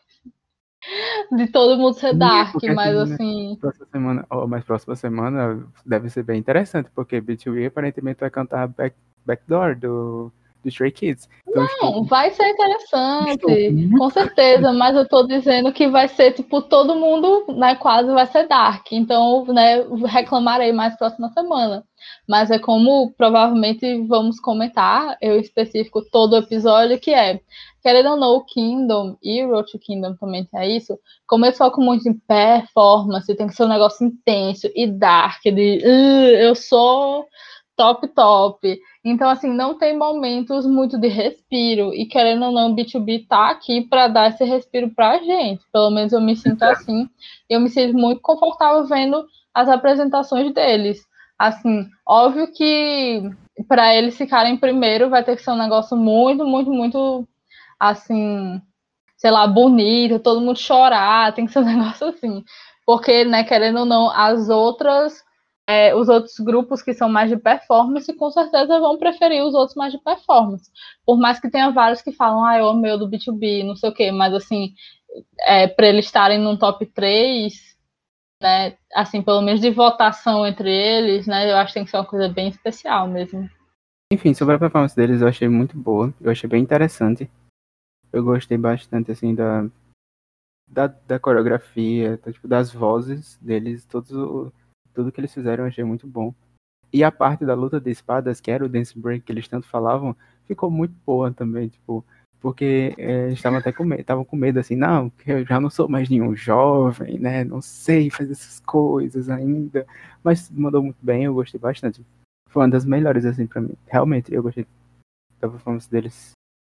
de todo mundo ser Sim, dark, porque a mas semana, assim. próxima semana, oh, mas próxima semana deve ser bem interessante, porque B dois B aparentemente vai cantar Back, Backdoor do, do Stray Kids. Então eu estou, Não, vai ser estou interessante, com muito. certeza, mas eu tô dizendo que vai ser, tipo, todo mundo, né, quase vai ser dark. Então, né, reclamarei mais próxima semana. Mas é como provavelmente vamos comentar, eu específico todo o episódio, que é, querendo ou não, o Kingdom e o Road to Kingdom também tem isso, começou com muito em performance, tem que ser um negócio intenso e dark, de uh, eu sou top top. Então, assim, não tem momentos muito de respiro. E querendo ou não, o B dois B tá aqui para dar esse respiro pra gente. Pelo menos eu me sinto assim. Eu me sinto muito confortável vendo as apresentações deles. Assim, óbvio que para eles ficarem primeiro vai ter que ser um negócio muito, muito, muito, assim, sei lá, bonito, todo mundo chorar, tem que ser um negócio assim. Porque, né, querendo ou não, as outras é, os outros grupos que são mais de performance, com certeza vão preferir os outros mais de performance. Por mais que tenha vários que falam, ah, eu amei o do B dois B, não sei o quê, mas assim, é, para eles estarem no top três, né, assim, pelo menos de votação entre eles, né, eu acho que tem que ser uma coisa bem especial mesmo. Enfim, sobre a performance deles, eu achei muito boa, eu achei bem interessante. Eu gostei bastante, assim, da, da, da coreografia, da, tipo, das vozes deles, todos, tudo que eles fizeram eu achei muito bom. E a parte da luta de espadas, que era o dance break que eles tanto falavam, ficou muito boa também, tipo, porque é, eles estavam até com medo, estavam com medo assim, não, que eu já não sou mais nenhum jovem, né, não sei fazer essas coisas ainda, mas mandou muito bem, eu gostei bastante. Foi uma das melhores, assim, pra mim. Realmente, eu gostei da performance deles.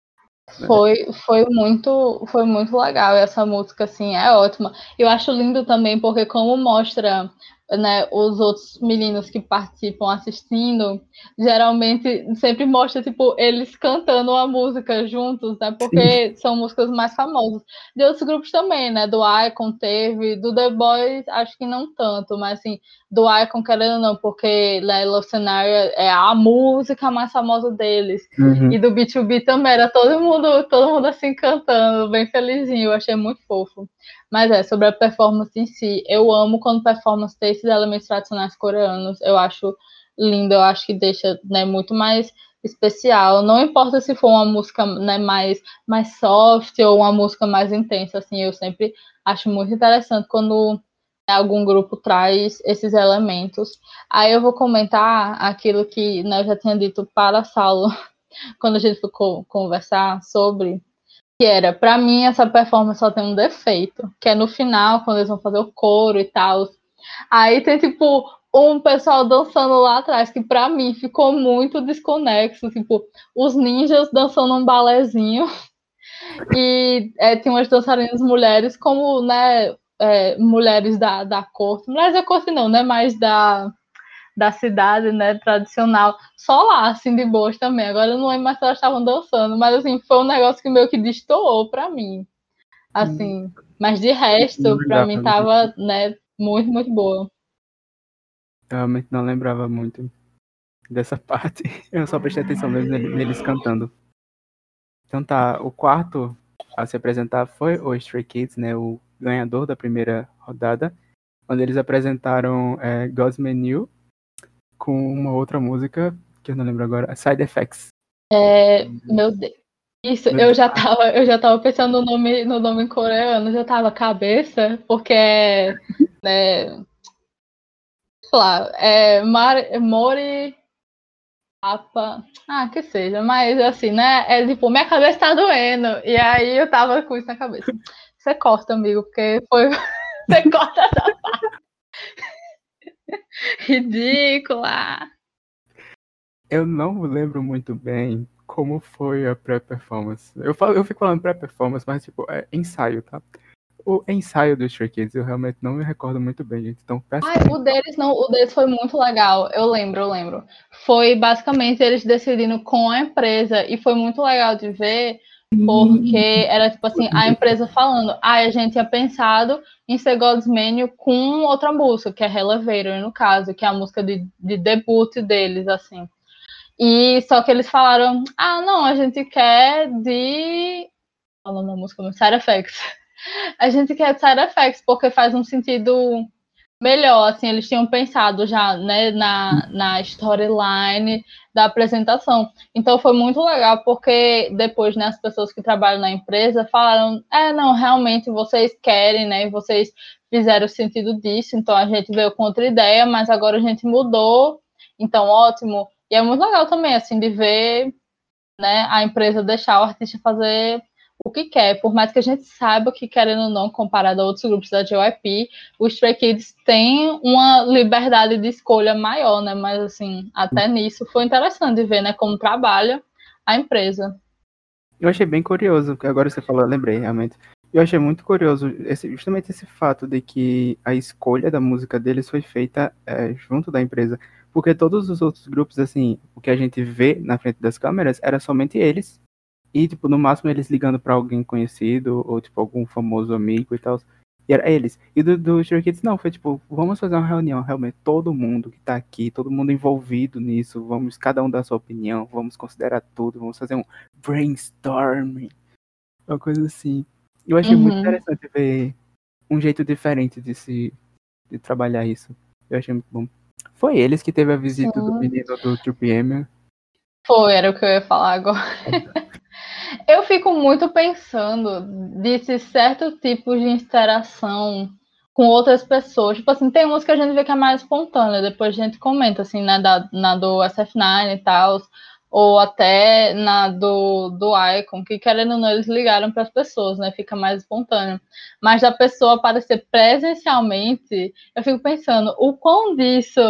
Foi, foi muito, foi muito legal. Essa música, assim, é ótima. Eu acho lindo também, porque como mostra, né, os outros meninos que participam assistindo, geralmente sempre mostra, tipo, eles cantando a música juntos, né, Sim. porque são músicas mais famosas. De outros grupos também, né, do Icon teve, do The Boys acho que não tanto, mas assim, do Icon querendo ou não, porque né, Love Scenario é a música mais famosa deles. Uhum. E do B dois B também, era todo mundo, todo mundo assim cantando, bem felizinho, eu achei muito fofo. Mas é, sobre a performance em si, eu amo quando performance tem esses elementos tradicionais coreanos, eu acho lindo, eu acho que deixa né, muito mais especial. Não importa se for uma música né, mais, mais soft ou uma música mais intensa, assim, eu sempre acho muito interessante quando algum grupo traz esses elementos. Aí eu vou comentar aquilo que né, eu já tinha dito para Saulo quando a gente ficou conversar sobre, que era, para mim, essa performance só tem um defeito, que é no final, quando eles vão fazer o coro e tal. Aí tem, tipo, um pessoal dançando lá atrás, que para mim ficou muito desconexo, tipo, os ninjas dançando um balezinho, e é, tem umas dançarinas mulheres, como, né, é, mulheres da, da corte, mulheres da corte não, né, mas da da cidade, né, tradicional, só lá, assim, de boas também. Agora eu não lembro mais se elas estavam dançando, mas, assim, foi um negócio que meio que destoou pra mim, assim. Mas de Não resto, pra lembrava mim disso. tava, né, muito, muito boa. Realmente não lembrava muito dessa parte. Eu só prestei atenção mesmo neles cantando. Então tá, o quarto a se apresentar foi o Stray Kids, né, o ganhador da primeira rodada, onde eles apresentaram é, God's Menu com uma outra música, que eu não lembro agora, Side Effects. É, meu Deus. Isso, Meu eu Deus. já tava, eu já tava pensando no nome, no nome em coreano, já tava cabeça, porque é, né, sei lá, é Mar, Mori Apa, ah, que seja, mas assim, né? É tipo, minha cabeça tá doendo. E aí eu tava com isso na cabeça. Você corta, amigo, porque foi. Você corta essa ridícula. Eu não lembro muito bem como foi a pré-performance. Eu, falo, eu fico falando pré-performance, mas tipo, é ensaio, tá? O ensaio do Stray Kids eu realmente não me recordo muito bem, gente. Então peço Ai, o perdão. deles não, o deles foi muito legal. Eu lembro, eu lembro. Foi basicamente eles decidindo com a empresa e foi muito legal de ver, porque era tipo assim, a empresa falando, ah, a gente tinha pensado em ser God's Menu com outra música, que é Elevator, no caso, que é a música de, de debut deles, assim. E só que eles falaram, ah, não, a gente quer de. Fala uma música, Side Effects. A gente quer de Side Effects, porque faz um sentido melhor, assim, eles tinham pensado já, né, na, na storyline da apresentação. Então foi muito legal, porque depois, né, as pessoas que trabalham na empresa falaram, é, não, realmente vocês querem, né, e vocês fizeram o sentido disso, então a gente veio com outra ideia, mas agora a gente mudou, então ótimo. E é muito legal também, assim, de ver, né, a empresa deixar o artista fazer o que quer, por mais que a gente saiba que, querendo ou não, comparado a outros grupos da J Y P, o Stray Kids tem uma liberdade de escolha maior, né? Mas, assim, até nisso foi interessante ver, né, como trabalha a empresa. Eu achei bem curioso, que agora você falou, eu lembrei, realmente. Eu achei muito curioso esse, justamente esse fato de que a escolha da música deles foi feita é, junto da empresa. Porque todos os outros grupos, assim, o que a gente vê na frente das câmeras era somente eles. E, tipo, no máximo eles ligando pra alguém conhecido, ou, tipo, algum famoso amigo e tal. E era eles. E do, do Stray Kids, não, foi tipo, vamos fazer uma reunião, realmente, todo mundo que tá aqui, todo mundo envolvido nisso, vamos, cada um dar sua opinião, vamos considerar tudo, vamos fazer um brainstorming, uma coisa assim. Eu achei muito Uhum. interessante ver um jeito diferente de se de trabalhar isso. Eu achei muito bom. Foi eles que teve a visita do Sim. menino do two P M. Foi, era o que eu ia falar agora. Eu fico muito pensando desse certo tipo de interação com outras pessoas. Tipo assim, tem umas que a gente vê que é mais espontânea, depois a gente comenta, assim, né, da, na do S F nove e tal, ou até na do, do Icon, que querendo ou não, eles ligaram para as pessoas, né, fica mais espontâneo. Mas da pessoa aparecer presencialmente, eu fico pensando, o quão disso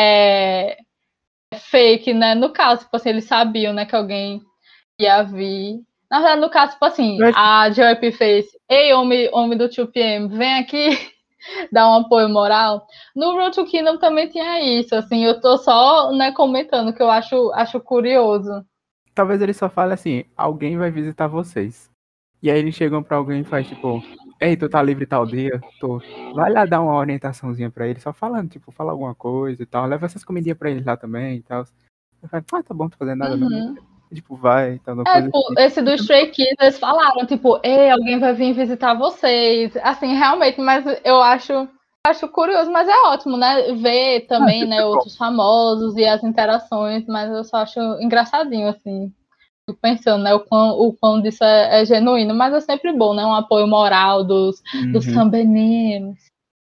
é fake, né, no caso, tipo assim, eles sabiam, né, que alguém ia vir. Na verdade, no caso, tipo assim, Eu acho que a J Y P fez, ei, homem, homem do two P M, vem aqui dar um apoio moral. No Road to Kingdom também tinha isso, assim, eu tô só, né, comentando, que eu acho, acho curioso. talvez ele só fale assim, alguém vai visitar vocês. E aí eles chegam pra alguém e faz tipo, ei, tu tá livre tal dia? Tô. Vai lá dar uma orientaçãozinha pra ele, só falando, tipo, fala alguma coisa e tal. Leva essas comidinhas pra eles lá também e tal. Eu falo, ah, tá bom, não tô fazendo nada não. Uhum. E, tipo, vai e tal, uma É, coisa tipo, assim. esse do Stray Kids, eles falaram, tipo, ei, alguém vai vir visitar vocês. Assim, realmente, mas eu acho, acho curioso, mas é ótimo, né? Ver Ah, também, sempre né, bom. outros famosos e as interações, mas eu só acho engraçadinho, assim. Fico pensando, né, o quão, o quão disso é, é genuíno, mas é sempre bom, né? Um apoio moral dos, dos Uhum. tambeninos.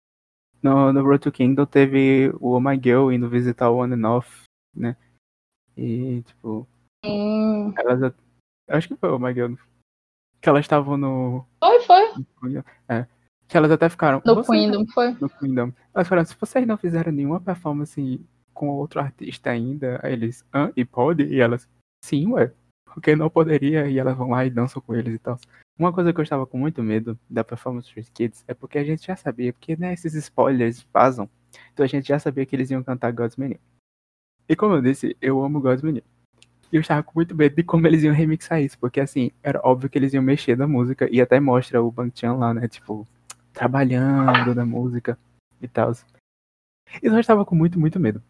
No, no Road to Kingdom teve o Oh My Girl indo visitar o On and Off, né? E, tipo, Hum, elas. at- Eu acho que foi o Oh My Girl. Que elas estavam no. foi, foi. É. Que elas até ficaram. No Vocês Kingdom, foi. no Kingdom. Elas falaram, se vocês não fizeram nenhuma performance com outro artista ainda, aí eles, hã? E pode? E elas, sim, ué. Porque não poderia? E elas vão lá e dançam com eles e tal. Uma coisa que eu estava com muito medo da performance dos Kids é porque a gente já sabia, porque né, esses spoilers vazam. Então a gente já sabia que eles iam cantar God's Menu. E como eu disse, eu amo God's Menu. E eu estava com muito medo de como eles iam remixar isso, porque assim, era óbvio que eles iam mexer na música e até mostra o Bang Chan lá, né, tipo, trabalhando na música e tal. E eu estava com muito, muito medo.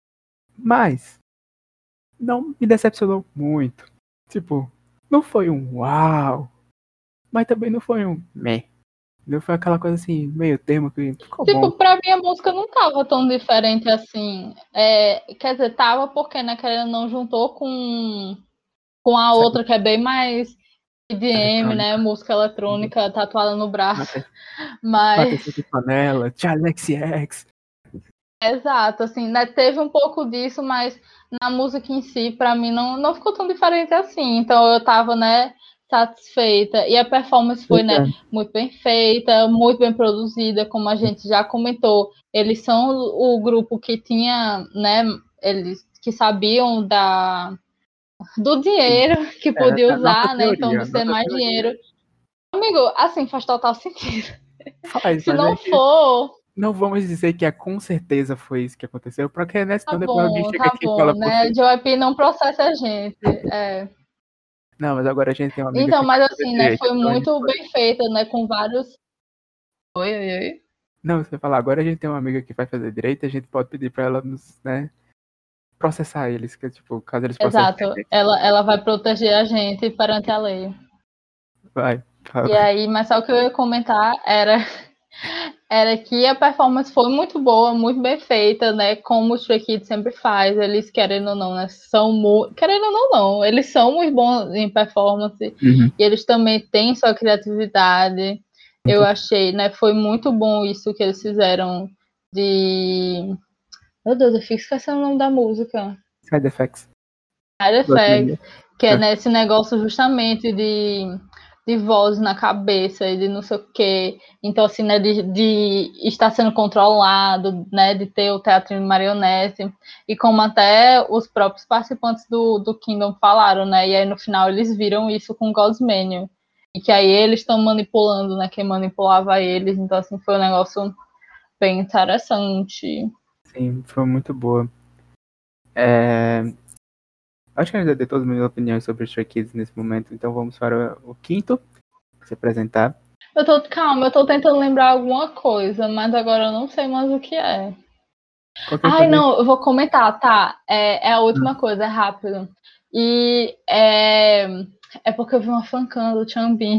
Mas não me decepcionou muito. Tipo, não foi um uau, mas também não foi um meh. Não foi aquela coisa assim, meio termo que ficou bom. Tipo, pra mim a música não tava tão diferente assim. É, quer dizer, tava porque, né, que ela não juntou com, com a Sabe? outra que é bem mais E D M, né, Eletrônica. música eletrônica tatuada no braço. Bater, bater Mas, de panela, Alex X. exato, assim, né, teve um pouco disso, mas na música em si, pra mim, não, não ficou tão diferente assim. Então eu tava, né, satisfeita. E a performance foi, Pois né, é. muito bem feita, muito bem produzida, como a gente já comentou. Eles são o grupo que tinha, né, eles que sabiam da, do dinheiro que É, podia a nossa usar, né, então teoria, de a ser nossa mais teoria dinheiro. Amigo, assim, faz total sentido. faz, Se mas é não que for, não vamos dizer que é com certeza foi isso que aconteceu, porque né, tá senão depois alguém bom, chega tá aqui e bom, fala por né? si. J Y P não processa a gente. É. Não, mas agora a gente tem uma amiga Então, que vai mas fazer assim, né? direito, Foi então a gente muito pode. bem feita, né? Com vários. Oi, oi, oi. Não, você falar, agora a gente tem uma amiga que vai fazer direito, a gente pode pedir pra ela nos, né, processar eles, que tipo, caso eles processem a Exato. gente. Ela, ela vai proteger a gente perante a lei. Vai, E fala. aí, mas só o que eu ia comentar era, era que a performance foi muito boa, muito bem feita, né? Como o Stray Kids sempre faz, eles querendo ou não, né? São muito. Querendo ou não, não. Eles são muito bons em performance Uhum. e eles também têm sua criatividade. Eu achei, né? Foi muito bom isso que eles fizeram de. Meu Deus, eu fico esquecendo o nome da música. Side effects. Side Gosto Effects, mesmo. que é É. nesse negócio justamente de de voz na cabeça e de não sei o quê. Então, assim, né, de, de estar sendo controlado, né, de ter o teatro de marionete. E como até os próprios participantes do, do Kingdom falaram, né, e aí no final eles viram isso com God's Menu. E que aí eles estão manipulando, né, quem manipulava eles. Então, assim, foi um negócio bem interessante. Sim, foi muito boa. É... Acho que eu já dei todas as minhas opiniões sobre Stray Kids nesse momento, então vamos para o quinto se apresentar. Eu tô, calma, eu tô tentando lembrar alguma coisa, mas agora eu não sei mais o que é. Qualquer Ai, coisa. não, eu vou comentar, tá? É, é a última Hum. coisa, é rápido. E é, é porque eu vi uma fancam do Chanbin.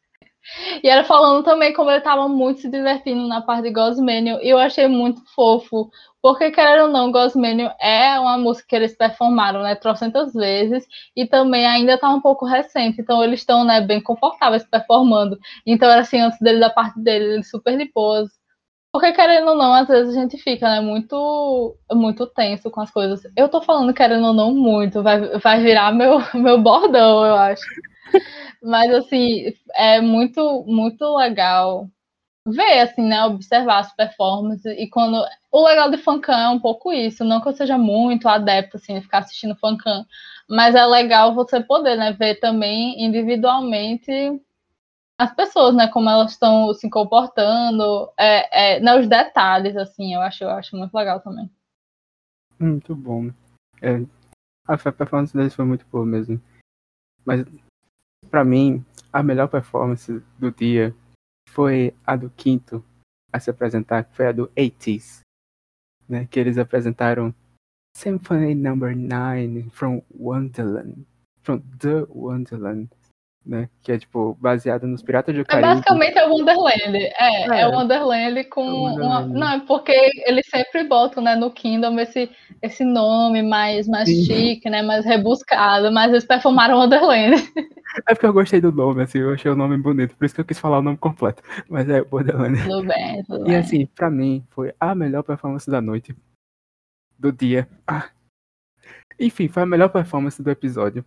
E era falando também como ele tava muito se divertindo na parte de Gosmaniel. E eu achei muito fofo. Porque, querendo ou não, Gosmaniel é uma música que eles performaram, né, trocentas vezes. E também ainda tá um pouco recente. Então, eles estão, né, bem confortáveis performando. Então, era assim, antes dele, da parte dele, eles super de boas. Porque, querendo ou não, às vezes a gente fica, né, muito, muito tenso com as coisas. Eu tô falando, querendo ou não, muito. Vai, vai virar meu, meu bordão, eu acho. Mas, assim, é muito, muito legal ver, assim, né, observar as performances. E quando... O legal de fancam é um pouco isso. Não que eu seja muito adepto, assim, de ficar assistindo fancam. Mas é legal você poder, né, ver também individualmente as pessoas, né, como elas estão se comportando, é, é, né, os detalhes, assim, eu acho, eu acho muito legal também. Muito bom. É, a performance deles foi muito boa mesmo. Mas, pra mim, a melhor performance do dia foi a do quinto a se apresentar, que foi a do eighties, né? Que eles apresentaram Symphony Number nine from Wonderland, from the Wonderland, né? Que é tipo baseado nos Piratas do É Caribe. basicamente é o Wonderland, é, é o É, Wonderland com é o uma... Não, Wonderland. é porque eles sempre botam, né, no Kingdom esse, esse nome mais, mais Sim. chique, né, mais rebuscado, mas eles performaram Wonderland. É porque eu gostei do nome, assim, eu achei o nome bonito, por isso que eu quis falar o nome completo. Mas é Wonderland. Tudo bem, tudo E bem. assim, pra mim, foi a melhor performance da noite, do dia. Ah. Enfim, foi a melhor performance do episódio.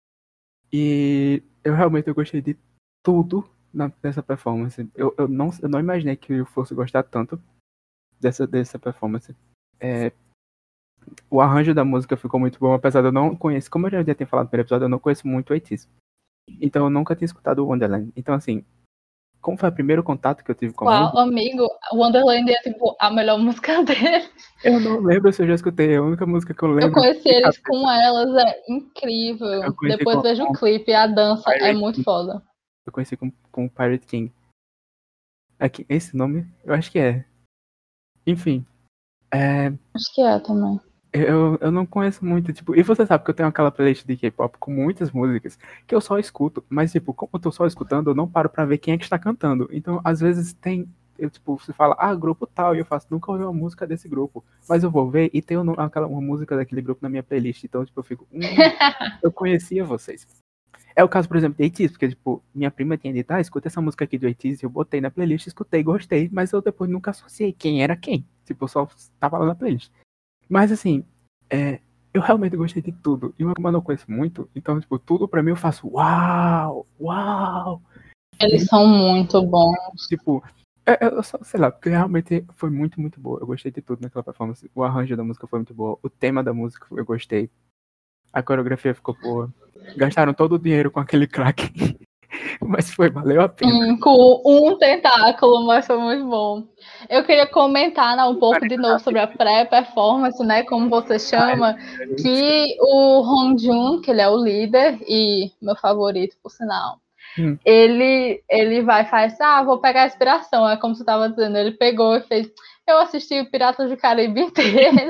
E eu realmente eu gostei de tudo na, dessa performance. Eu, eu, não, eu não imaginei que eu fosse gostar tanto dessa, dessa performance. É, o arranjo da música ficou muito bom, apesar de eu não conhecer, como eu já tinha falado no primeiro episódio, eu não conheço muito o eighties. Então eu nunca tinha escutado o Wonderland. Então assim, como foi o primeiro contato que eu tive com a Qual, música, amigo, Wonderland é tipo a melhor música dele. eu não lembro se eu já escutei. A única música que eu Eu lembro conheci de eles cabeça, com elas, é eu incrível. conheci Depois com, vejo o com clipe, a dança é Pirate muito King. foda. Eu conheci com, com o Pirate King. Aqui, esse nome, eu acho que é. Enfim, é, Acho que é também. eu, eu não conheço muito, tipo, e você sabe que eu tenho aquela playlist de K-pop com muitas músicas que eu só escuto, mas, tipo, como eu tô só escutando, eu não paro pra ver quem é que está cantando. Então, às vezes tem, eu, tipo, você fala, ah, grupo tal, e eu faço, nunca ouvi uma música desse grupo, mas eu vou ver e tem uma, aquela, uma música daquele grupo na minha playlist, então, tipo, eu fico, hum, eu conhecia vocês. É o caso, por exemplo, de eighties, porque, tipo, minha prima tinha dito, ah, escuta essa música aqui do eighties, eu botei na playlist, escutei, gostei, mas eu depois nunca associei quem era quem. Tipo, eu só tava lá na playlist. Mas, assim, é, eu realmente gostei de tudo. E como eu não conheço muito, então, tipo, tudo pra mim eu faço, uau, uau. Eles são muito bons. Tipo, é, eu só, sei lá, porque realmente foi muito, muito boa. Eu gostei de tudo naquela performance. O arranjo da música foi muito boa, o tema da música eu gostei. A coreografia ficou boa. Gastaram todo o dinheiro com aquele crack. Mas foi, valeu a pena. Hum, com um tentáculo, mas foi muito bom. Eu queria comentar, né, um pouco de novo sobre a pré-performance, né, como você chama, que o Hongjun, que ele é o líder e meu favorito, por sinal, Hum. ele, ele vai e faz, ah, vou pegar a inspiração, é como você estava dizendo, ele pegou e fez, eu assisti o Piratas do Caribe inteiro.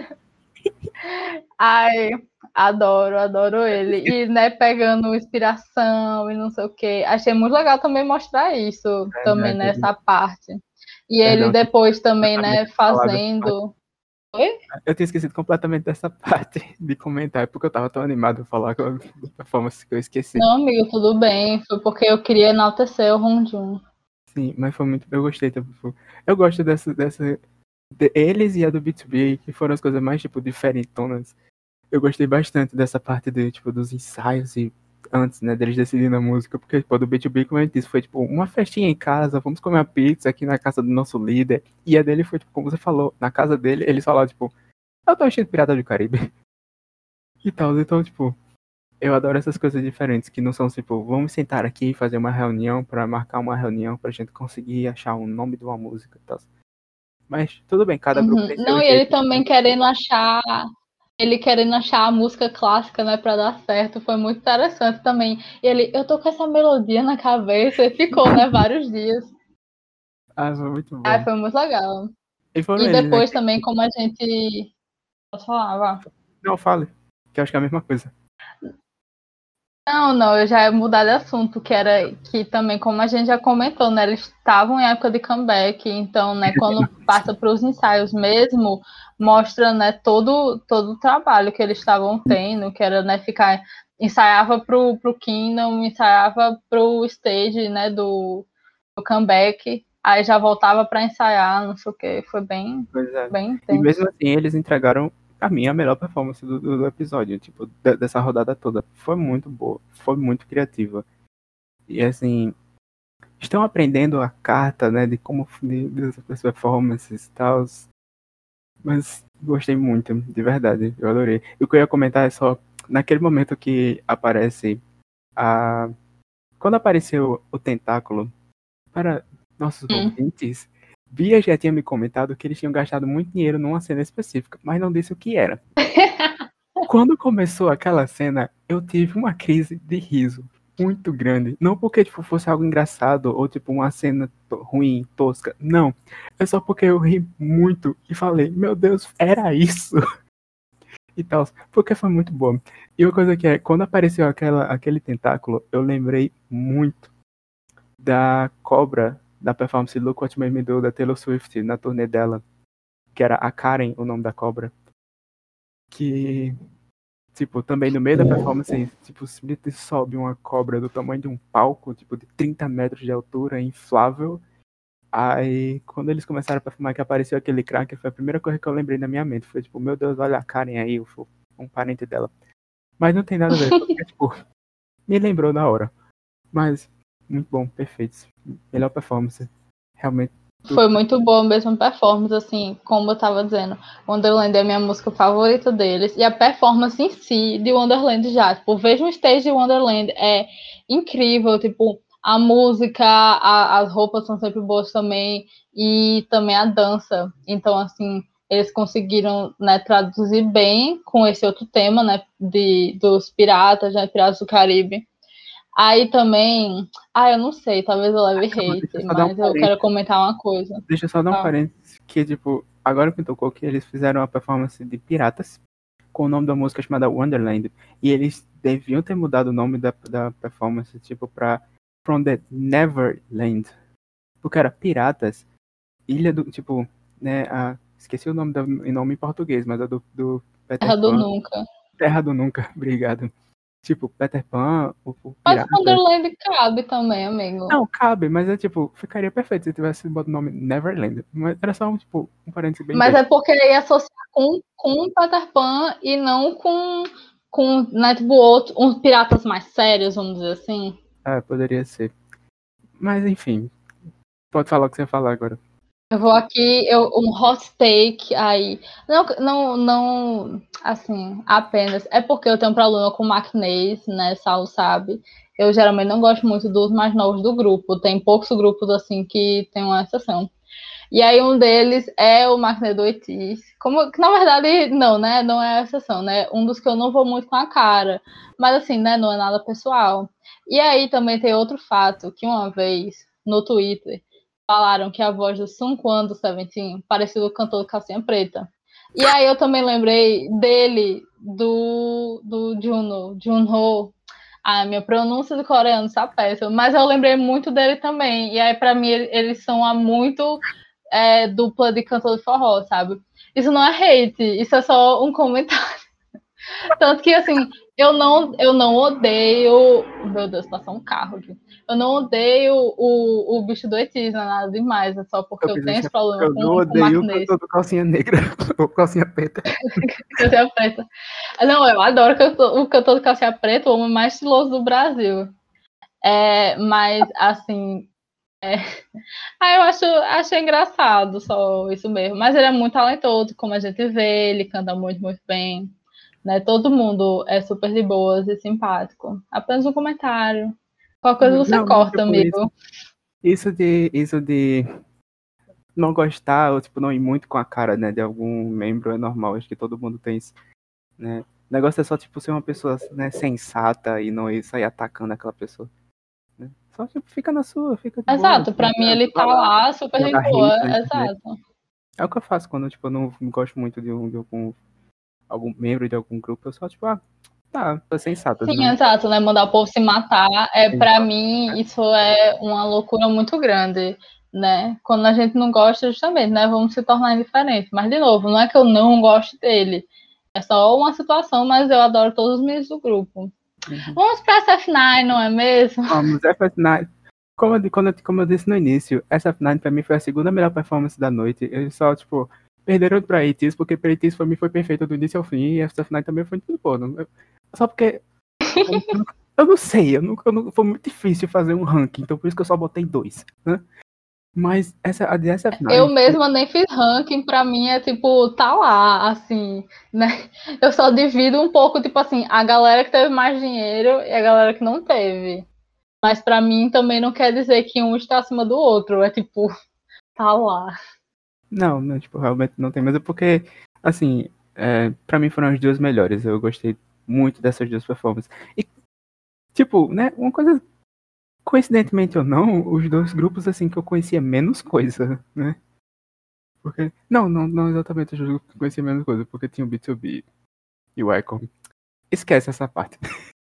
Ai, adoro, adoro ele. E, né, pegando inspiração e não sei o quê. Achei muito legal também mostrar isso, também Verdade, nessa parte. E ele perdão, eu depois também, completamente né, falado essa parte. fazendo... Oi? Eu tinha esquecido completamente dessa parte de comentar, porque eu tava tão animado a falar com a performance que eu esqueci. Não, amigo, tudo bem. Foi porque eu queria enaltecer o Honjun. Sim, mas foi muito. Eu gostei também. Eu gosto dessa. dessa de, eles e a do B dois B, que foram as coisas mais, tipo, diferentonas. Eu gostei bastante dessa parte de, tipo, dos ensaios e antes, né, deles decidirem a música, porque, tipo, a do B dois B, como eu disse, foi, tipo, uma festinha em casa, vamos comer uma pizza aqui na casa do nosso líder, e a dele foi, tipo, como você falou, na casa dele, eles falaram, tipo, eu tô enchendo Pirata do Caribe. E tal, então, tipo, eu adoro essas coisas diferentes, que não são, tipo, vamos sentar aqui e fazer uma reunião pra marcar uma reunião pra gente conseguir achar um nome de uma música e tal. Mas, tudo bem, cada grupo Uhum. tem seu Não, e ele jeito. também querendo achar, ele querendo achar a música clássica, né, pra dar certo, foi muito interessante também. E ele, eu tô com essa melodia na cabeça, e ficou, né, vários dias. Ah, foi muito Ai, bom. foi muito legal. E foram E eles, né? depois que- também, como a gente. Posso falar, vá. Não, fale, que eu acho que é a mesma coisa. Não, não, eu já ia mudar de assunto, que era que também, como a gente já comentou, né, eles estavam em época de comeback, então, né, quando passa para os ensaios mesmo, mostra, né, todo, todo o trabalho que eles estavam tendo, que era, né, ficar, ensaiava pro, pro Kingdom, ensaiava pro stage, né, do, do comeback, aí já voltava para ensaiar, não sei o que, foi bem, Pois é. bem E intenso. mesmo assim, eles entregaram, pra mim, a melhor performance do, do, do episódio, tipo, de- dessa rodada toda. Foi muito boa, foi muito criativa. E assim, estão aprendendo a carta, né, de como de, das performances e tal. Mas gostei muito, de verdade, eu adorei. E o que eu ia comentar é só, naquele momento que aparece a. Quando apareceu o tentáculo, para nossos Hum. ouvintes, Bia já tinha me comentado que eles tinham gastado muito dinheiro numa cena específica, mas não disse o que era. Quando começou aquela cena, eu tive uma crise de riso muito grande. Não porque tipo, fosse algo engraçado ou tipo uma cena to- ruim, tosca. Não. É só porque eu ri muito e falei, meu Deus, era isso? E tal. Porque foi muito bom. E uma coisa que é, quando apareceu aquela, aquele tentáculo, eu lembrei muito da cobra da performance Look What Made Me Do da Taylor Swift na turnê dela, que era a Karen, o nome da cobra. Que tipo, também no meio da performance, tipo, simplesmente sobe uma cobra do tamanho de um palco, tipo, de trinta metros de altura, inflável. Aí, quando eles começaram a performar que apareceu aquele crack, foi a primeira coisa que eu lembrei na minha mente. Foi tipo, meu Deus, olha a Karen aí, um parente dela. Mas não tem nada a ver, porque, tipo, me lembrou na hora. Mas, muito bom, perfeito. Melhor performance. Realmente, tudo. Foi muito boa mesmo a performance, assim, como eu tava dizendo. Wonderland é a minha música favorita deles. E a performance em si de Wonderland já. Tipo, veja um stage de Wonderland. É incrível, tipo, a música, a, as roupas são sempre boas também. E também a dança. Então, assim, eles conseguiram, né, traduzir bem com esse outro tema, né, de, dos piratas, né, Piratas do Caribe. Aí também, ah, eu não sei, talvez eu leve Calma, deixa eu hate, só dar um mas eu quero parênteses. comentar uma coisa. Deixa eu só dar um Tá. parênteses. Que, tipo, agora que me tocou que eles fizeram uma performance de piratas com o nome da música chamada Wonderland. E eles deviam ter mudado o nome da, da performance, tipo, pra From the Neverland. Porque era Piratas, Ilha do, tipo, né, a, esqueci o nome do nome em português, mas é do, do Terra Peter do Pan. Nunca. Terra do Nunca, obrigado. Tipo, Peter Pan, o, o Mas Piratas. Wonderland cabe também, amigo. Não, cabe, mas é tipo, ficaria perfeito se tivesse botado o nome Neverland. Mas era só um, tipo, um parênteses bem Mas besta. é porque ele ia associar com, com Peter Pan e não com, com né, tipo, outro, uns piratas mais sérios, vamos dizer assim. Ah, poderia ser. Mas enfim, pode falar o que você ia falar agora. Eu vou aqui, eu, um hot take aí. Não, não, não, assim, apenas. É porque eu tenho um problema com Macnês, né? Saulo sabe. Eu geralmente não gosto muito dos mais novos do grupo. Tem poucos grupos, assim, que tem uma exceção. E aí um deles é o Macne do Oitis. Como que na verdade não, né? Não é a exceção, né? Um dos que eu não vou muito com a cara, mas assim, né, não é nada pessoal. E aí também tem outro fato que uma vez no Twitter falaram que a voz do Sun Quan do Seventeen parecia o cantor do Calcinha Preta. E aí eu também lembrei dele do do Juno, Junho. A minha pronúncia do coreano está péssima, mas eu lembrei muito dele também. E aí para mim eles são há muito é, dupla de cantor de forró, sabe? Isso não é hate, isso é só um comentário. Tanto que, assim, eu não, eu não odeio. Meu Deus, passou um carro aqui. Eu não odeio o, o bicho do Etis, não é nada demais. É só porque Eu eu pensei, tenho esse assim, problema eu com, não com o odeio o Martinez. cantor do Calcinha Negra ou Calcinha Preta. Calcinha preta. Não, eu adoro o cantor, o cantor do Calcinha Preta, o homem mais estiloso do Brasil. É, mas, assim. É... Ah, eu acho, acho engraçado só isso mesmo. Mas ele é muito talentoso, como a gente vê, ele canta muito, muito bem. Né? Todo mundo é super de boas e simpático. Apenas um comentário. Qualquer coisa você Não, mas corta, tipo, isso, amigo. isso de, isso de não gostar ou tipo não ir muito com a cara, né, de algum membro é normal. Acho que todo mundo tem isso, né? O negócio é só tipo ser uma pessoa, né, sensata e não ir sair atacando aquela pessoa, né? Só tipo fica na sua, fica de boa. Exato, pra mim ele tá Vai lá lá super de jogar boa. hate na internet. Exato. É o que eu faço quando tipo eu não gosto muito de, um, de algum, algum membro de algum grupo. Eu só tipo, ah, tá, tô sensato, Sim, né? exato, né? Mandar o povo se matar, é, pra Exato, mim, né? isso é uma loucura muito grande, né? Quando a gente não gosta, justamente, né? Vamos se tornar indiferentes. Mas, de novo, não é que eu não gosto dele. É só uma situação, mas eu adoro todos os membros do grupo. Uhum. Vamos pra S F nove, não é mesmo? Vamos, F F nove. Como eu, quando eu- como eu disse no início, S F nove pra mim foi a segunda melhor performance da noite. Eles só, tipo, perderam pra ATEEZ, porque pra ATEEZ pra mim foi perfeito do início ao fim, e S F nove também foi muito bom. Não- eu- Só porque. Eu, eu, eu não sei, eu não, eu não- foi muito difícil fazer um ranking, então por isso que eu só botei dois, né? Mas essa, a de S F Eu nove. mesma nem fiz ranking, pra mim é tipo, tá lá, assim, né? Eu só divido um pouco, tipo assim, a galera que teve mais dinheiro e a galera que não teve. Mas pra mim também não quer dizer que um está acima do outro, é tipo, tá lá. Não, não, tipo, realmente não tem, mas é porque, assim, é, pra mim foram as duas melhores. Eu gostei muito dessas duas performances. E, tipo, né, uma coisa, coincidentemente ou não, os dois grupos, assim, que eu conhecia menos coisa, né? Porque, não, não, não exatamente os grupos que eu conhecia menos coisa, porque tinha o B dois B e o Icon. Esquece essa parte.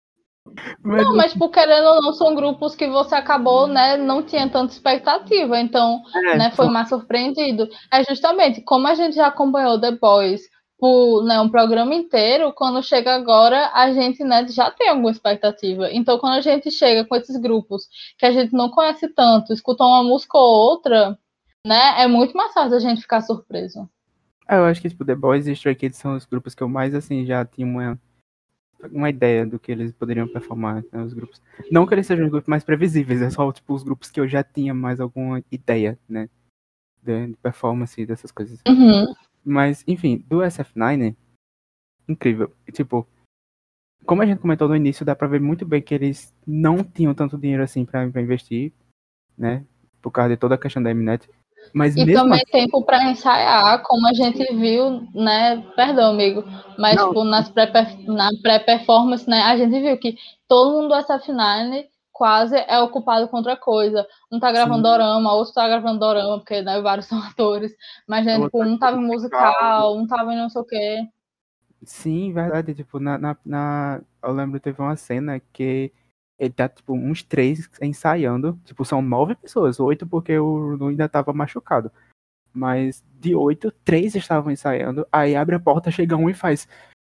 Mas, Não, mas tipo, querendo ou não, são grupos que você acabou, né, não tinha tanta expectativa, então, é, né, foi só- mais surpreendido. É justamente, como a gente já acompanhou The Boys por, né, um programa inteiro, quando chega agora, a gente, né, já tem alguma expectativa. Então, quando a gente chega com esses grupos que a gente não conhece tanto, escuta uma música ou outra, né, é muito mais fácil a gente ficar surpreso. eu acho que, tipo, The Boys e Stray Kids são os grupos que eu mais, assim, já tinha uma uma ideia do que eles poderiam performar, né, os grupos. Não que eles sejam os grupos mais previsíveis, é só tipo os grupos que eu já tinha mais alguma ideia, né, de, de performance e dessas coisas. Uhum. Mas, enfim, do S F nove, incrível. Tipo, como a gente comentou no início, dá pra ver muito bem que eles não tinham tanto dinheiro assim pra, pra investir, né, por causa de toda a questão da Mnet. Mas E mesmo também assim, tempo para ensaiar, como a gente viu, né? Perdão, amigo, mas não, tipo, nas pré na pré-performance, né? A gente viu que todo mundo do S F nove quase é ocupado com outra coisa. Um tá gravando sim, dorama, outro tá gravando dorama, porque né, vários são atores. Mas, é gente, tipo, outra um tipo tava em musical. musical, um tava em não sei o quê. Sim, verdade. Tipo, na, na, na- eu lembro que teve uma cena que ele tá, tipo, uns três ensaiando. Tipo, são nove pessoas, oito porque o Lu ainda tava machucado. Mas de oito, três estavam ensaiando. Aí abre a porta, chega um e faz.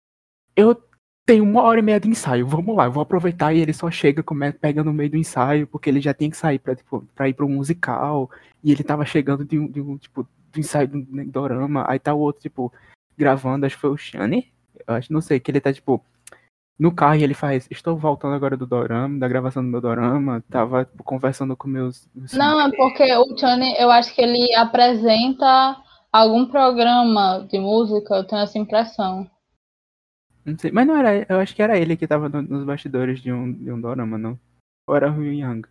Eu tenho uma hora e meia de ensaio, vamos lá, eu vou aproveitar. E ele só chega, come, pega no meio do ensaio, porque ele já tinha que sair pra, tipo, pra ir pro musical. E ele tava chegando de um, de um tipo, do ensaio do dorama. Aí tá o outro, tipo, gravando, acho que foi o Shane. Eu acho, não sei, que ele tá, tipo, no carro e ele faz, estou voltando agora do dorama, da gravação do meu dorama, tava, tipo, conversando com meus, meus Não, é porque o Chani, eu acho que ele apresenta algum programa de música, eu tenho essa impressão. não sei, mas não era, eu acho que era ele que tava no- nos bastidores de um, de um dorama, não? Ou era o Yang?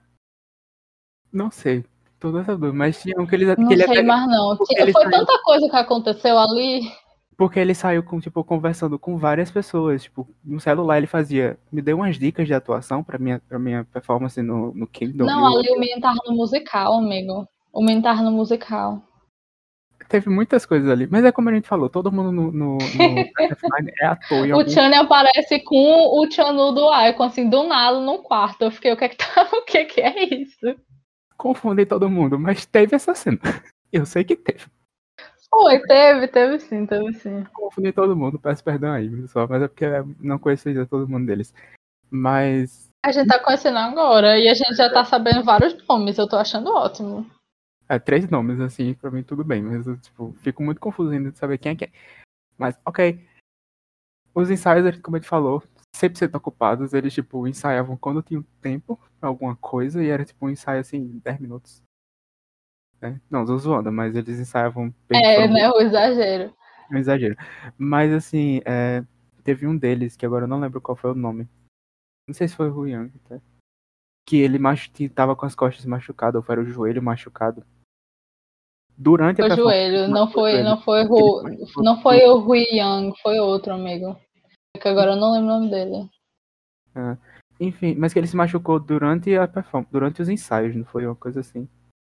Não sei, toda essa dúvida, mas tinha um que ele, que Não ele sei até, mais não. porque Ti- ele Foi saiu, tanta coisa que aconteceu ali. porque ele saiu com, tipo, conversando com várias pessoas, tipo, no celular ele fazia, me deu umas dicas de atuação pra minha, pra minha performance no, no Kingdom, e Não, o ali o outro menino tava no musical, amigo. O menino tava no musical. teve muitas coisas ali, mas é como a gente falou, todo mundo no, no, no S F nove é ator em O algum. Chani aparece com o Chanu do Icon, assim, do nada, no quarto. Eu fiquei, o que é que, tá... o que, é, que é isso? Confundem todo mundo, mas teve essa cena. Eu sei que teve. Foi, teve, teve sim, teve sim. Confundi todo mundo, peço perdão aí, pessoal, mas é porque eu não conhecia todo mundo deles. Mas. A gente tá conhecendo agora e a gente já tá sabendo vários nomes, eu tô achando ótimo. É, três nomes, assim, pra mim tudo bem, mas eu, tipo, fico muito confuso ainda de saber quem é quem. Mas, ok. Os ensaios, como a gente falou, cem por cento ocupados, eles, tipo, ensaiavam quando tinham tempo pra alguma coisa, e era, tipo, um ensaio, assim, dez minutos. Né? Não, tô zoando, mas eles ensaiavam bem de É, forma... né, o exagero. Um exagero. Mas, assim, é, teve um deles, que agora eu não lembro qual foi o nome. Não sei se foi o Yang, tá? Que ele machu... tava com as costas machucadas, ou era o joelho machucado. Durante a Foi performance, joelho, ele não machucou o foi, joelho. não foi, Ele se Ru, machucou não foi o Rui Yang, foi outro amigo. É que agora eu não lembro o nome dele. É. Enfim, mas que ele se machucou durante a performance, durante os ensaios, não foi uma coisa assim?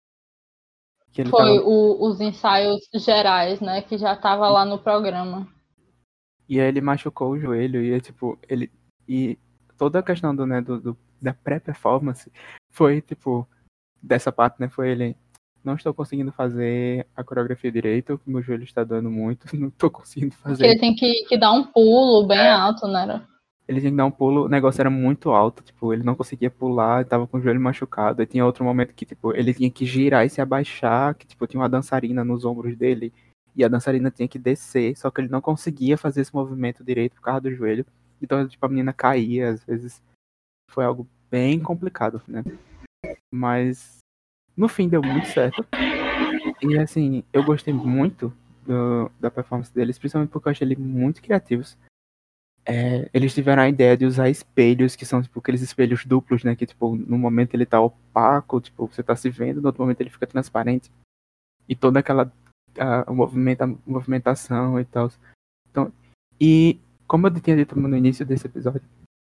Que ele Foi tava. o, os ensaios gerais, né, que já tava lá no programa. E aí ele machucou o joelho e é tipo, ele. E toda a questão do, né, do, do- da pré-performance foi, tipo, dessa parte, né? Foi ele. Não estou conseguindo fazer a coreografia direito, meu joelho está doendo muito, não estou conseguindo Porque fazer. ele tem que, que dar um pulo bem alto, né? Ele tinha que dar um pulo, o negócio era muito alto, tipo, ele não conseguia pular, tava com o joelho machucado. E tinha outro momento que, tipo, ele tinha que girar e se abaixar, que, tipo, tinha uma dançarina nos ombros dele, e a dançarina tinha que descer, só que ele não conseguia fazer esse movimento direito por causa do joelho. Então, tipo, a menina caía, às vezes. Foi algo bem complicado, né? Mas, no fim, deu muito certo. E, assim, eu gostei muito do- da performance deles, principalmente porque eu achei eles muito criativos. É, eles tiveram a ideia de usar espelhos, que são tipo aqueles espelhos duplos, né? Que tipo, no momento ele tá opaco, tipo, você tá se vendo, no outro momento ele fica transparente. E toda aquela a, movimenta, movimentação e tal. Então, e como eu tinha dito no início desse episódio.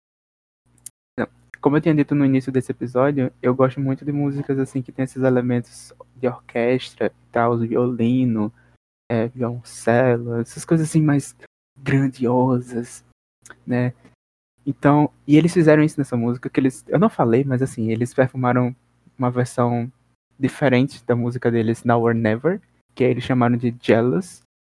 Não, como eu tinha dito no início desse episódio, eu gosto muito de músicas assim que tem esses elementos de orquestra e tal, violino, é, violoncelo, essas coisas assim mais grandiosas, né? Então, e eles fizeram isso nessa música, que eles, eu não falei, mas assim, eles performaram uma versão diferente da música deles, Now or Never, que aí eles chamaram de Jealous.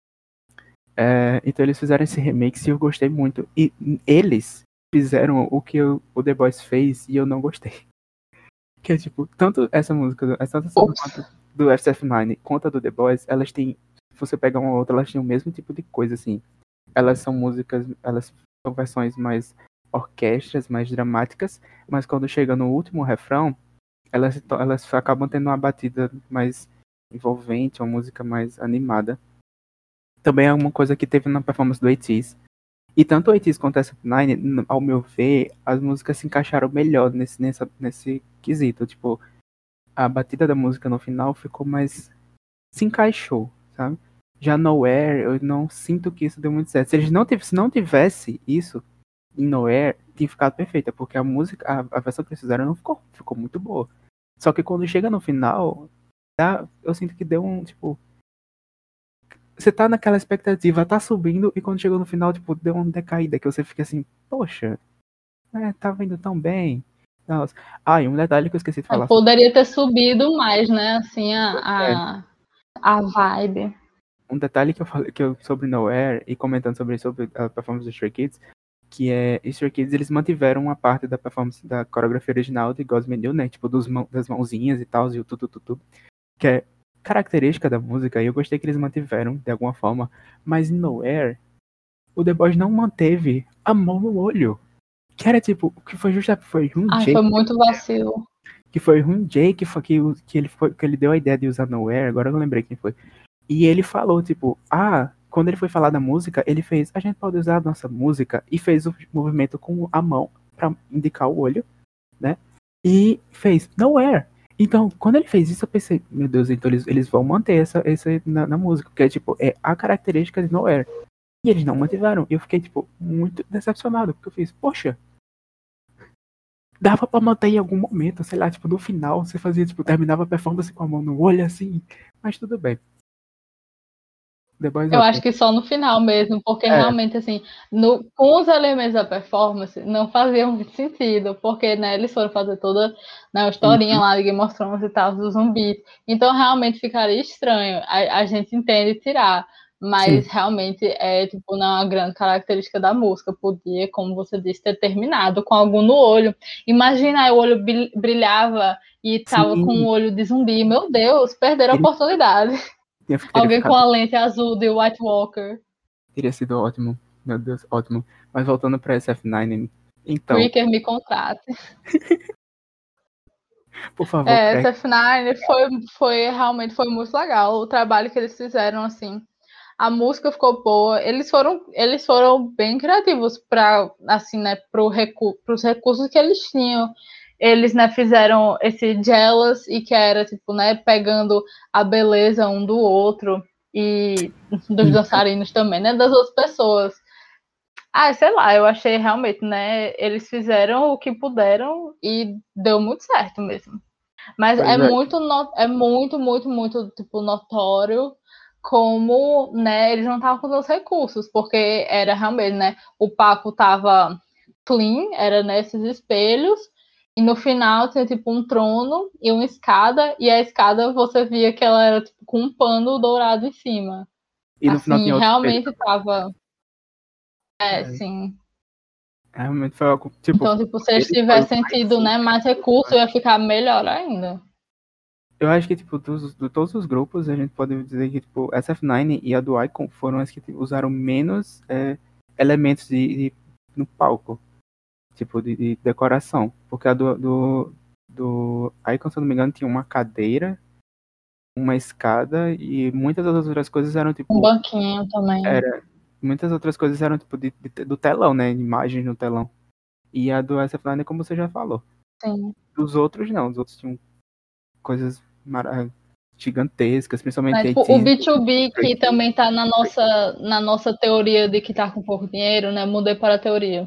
É, então eles fizeram esse remix e eu gostei muito. E eles fizeram o que eu- o The Boys fez e eu não gostei. Que é tipo, tanto essa música, do- tanto essa Ops. quanto do F F nove quanto a do The Boys, elas têm, se você pegar uma ou outra, elas têm o mesmo tipo de coisa, assim. Elas são músicas, elas são versões mais orquestras, mais dramáticas, mas quando chega no último refrão, elas, elas acabam tendo uma batida mais envolvente, uma música mais animada. Também é uma coisa que teve na performance do ATEEZ. E tanto o ATEEZ quanto a S F nove, ao meu ver, as músicas se encaixaram melhor nesse, nessa, nesse quesito. Tipo, a batida da música no final ficou mais... se encaixou, sabe? Já Nowhere, eu não sinto que isso deu muito certo. Se eles não tivessem, se não tivesse isso em Nowhere, tinha ficado perfeita, porque a música, a, a versão que eles fizeram não ficou, ficou muito boa. Só que quando chega no final, dá, eu sinto que deu um, tipo, você tá naquela expectativa, tá subindo, e quando chegou no final, tipo, deu uma decaída, que você fica assim, poxa, é, tava indo tão bem. Nossa. Ah, e um detalhe que eu esqueci de falar sobre, Poderia ter subido mais, né? Assim, a, a, a vibe. um detalhe que eu falei que eu, sobre Nowhere, e comentando sobre, sobre a performance do Stray Kids, que é, Stray Kids, eles mantiveram uma parte da performance da coreografia original de Godspeed New, né, tipo, dos mão, das mãozinhas e tal, e o tudo, tudo, que é característica da música, e eu gostei que eles mantiveram, de alguma forma, mas em Nowhere, o The Boys não manteve a mão no olho, que era tipo, que foi justo, foi um Ai, Jake, foi muito vacilo. que foi um Jake que, foi, que, que, ele foi, que ele deu a ideia de usar Nowhere, agora eu não lembrei quem foi. E ele falou, tipo, ah, quando ele foi falar da música, ele fez, a gente pode usar a nossa música, e fez o movimento com a mão pra indicar o olho, né? E fez Nowhere. Então, quando ele fez isso, eu pensei, meu Deus, então eles, eles vão manter essa, essa na, na música, porque é tipo, é a característica de Nowhere. E eles não mantiveram. E eu fiquei, tipo, muito decepcionado, porque eu fiz, poxa, dava pra manter em algum momento, sei lá, tipo, no final, você fazia, tipo, terminava a performance com a mão no olho, assim, mas tudo bem. The Boys Eu ótimo. acho que só no final mesmo, porque É. realmente, assim, no, com os elementos da performance, não fazia muito sentido, porque, né, eles foram fazer toda, né, a historinha Uhum. lá de Game of Thrones e tal, dos zumbis. Então, realmente ficaria estranho. A, a gente entende tirar, mas Sim. realmente é, tipo, não é uma grande característica da música. Podia, como você disse, ter terminado com algum no olho. Imagina, aí o olho brilhava e tava com Sim. o olho de zumbi. Meu Deus, perderam a Teria, oportunidade. teria, teria Alguém com ficado. a lente azul de White Walker. Teria sido ótimo. Meu Deus, ótimo. Mas voltando pra S F nove, então, Creaker me contrate. por favor, É, Craig. S F nove foi, foi realmente foi muito legal o trabalho que eles fizeram, assim. A música ficou boa. Eles foram, eles foram bem criativos para, assim, né, pro recu pros recursos que eles tinham. Eles, né, fizeram esse Jealous e que era tipo, né, pegando a beleza um do outro e dos dançarinos também, né, das outras pessoas. Ah, sei lá, eu achei realmente, né? Eles fizeram o que puderam e deu muito certo mesmo. Mas Pois é é. muito, no- é muito, muito, muito, tipo, notório como, né, eles não estavam com os recursos, porque era realmente, né, o palco tava clean, era nesses espelhos, e no final tinha, tipo, um trono e uma escada, e a escada você via que ela era, tipo, com um pano dourado em cima. E no final Assim, tinha outro espelho realmente também. tava, é, É, sim. realmente foi algo, tipo, Então, tipo, se eles ele foi o tivessem mais tido, né, simples mais de todos, recursos, né? ia ficar melhor ainda. Eu acho que, tipo, dos, de todos os grupos, a gente pode dizer que, tipo, S F nove e a do Icon foram as que tipo, usaram menos é, elementos de, de- no palco, tipo, de, de decoração. Porque a do, do, do Icon, se eu não me engano, tinha uma cadeira, uma escada e muitas das outras coisas eram, Um tipo, banquinho também. era, muitas outras coisas eram, tipo, de, de- do telão, né? Imagens no telão. E a do S F nove, como você já falou. Sim. Os outros não, os outros tinham coisas mara- gigantescas, Né, principalmente tipo, o A T B dois B, Stray que Kids. também tá na nossa, na nossa teoria de que tá com pouco dinheiro, né? Mudei para a teoria.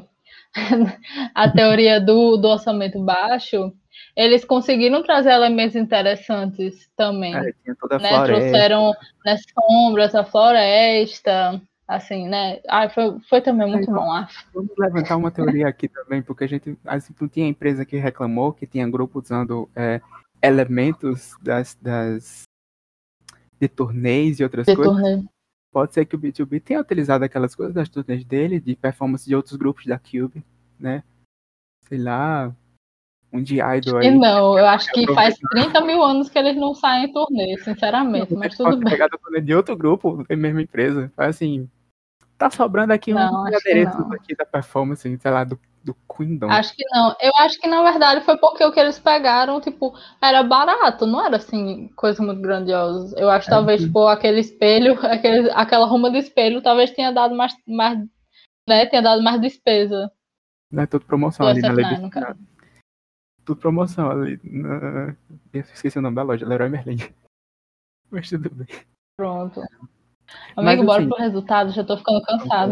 A teoria do, do orçamento baixo, eles conseguiram trazer elementos interessantes também, É, tinha toda a né? floresta. Trouxeram nas sombras, a floresta, assim, né? Ai, foi, foi também É, muito então, bom, ah. vamos levantar uma teoria aqui também, porque a gente, assim, não tinha empresa que reclamou que tinha grupo usando é, elementos das, das de turnês e outras De coisas. turnê. Pode ser que o B dois B tenha utilizado aquelas coisas das turnês dele, de performance de outros grupos da Cube, né? Sei lá, um de Idol E aí. não, eu acho que faz Aproveitar. trinta mil anos que eles não saem em turnê, Não, sinceramente, mas mas ele tudo pode ter bem. pegado a turnê de outro grupo, da mesma empresa. Faz assim, tá sobrando aqui uns Não, acho que adereços não. aqui da performance, sei lá, do, do Queendom. Acho que não. Eu acho que na verdade foi porque o que eles pegaram, tipo, era barato, não era assim, coisa muito grandiosa. Eu acho que É, talvez, tipo, aquele espelho, aquele, aquela ruma de espelho, talvez tenha dado mais, mais, né, tenha dado mais despesa não é tudo promoção do ali na S F nove, Levi. no na- caso. Tudo promoção ali. Na... Eu esqueci o nome da loja, Leroy Merlin. Mas tudo bem. Pronto. Mas Amigo, bora assim, pro resultado, já tô ficando cansada.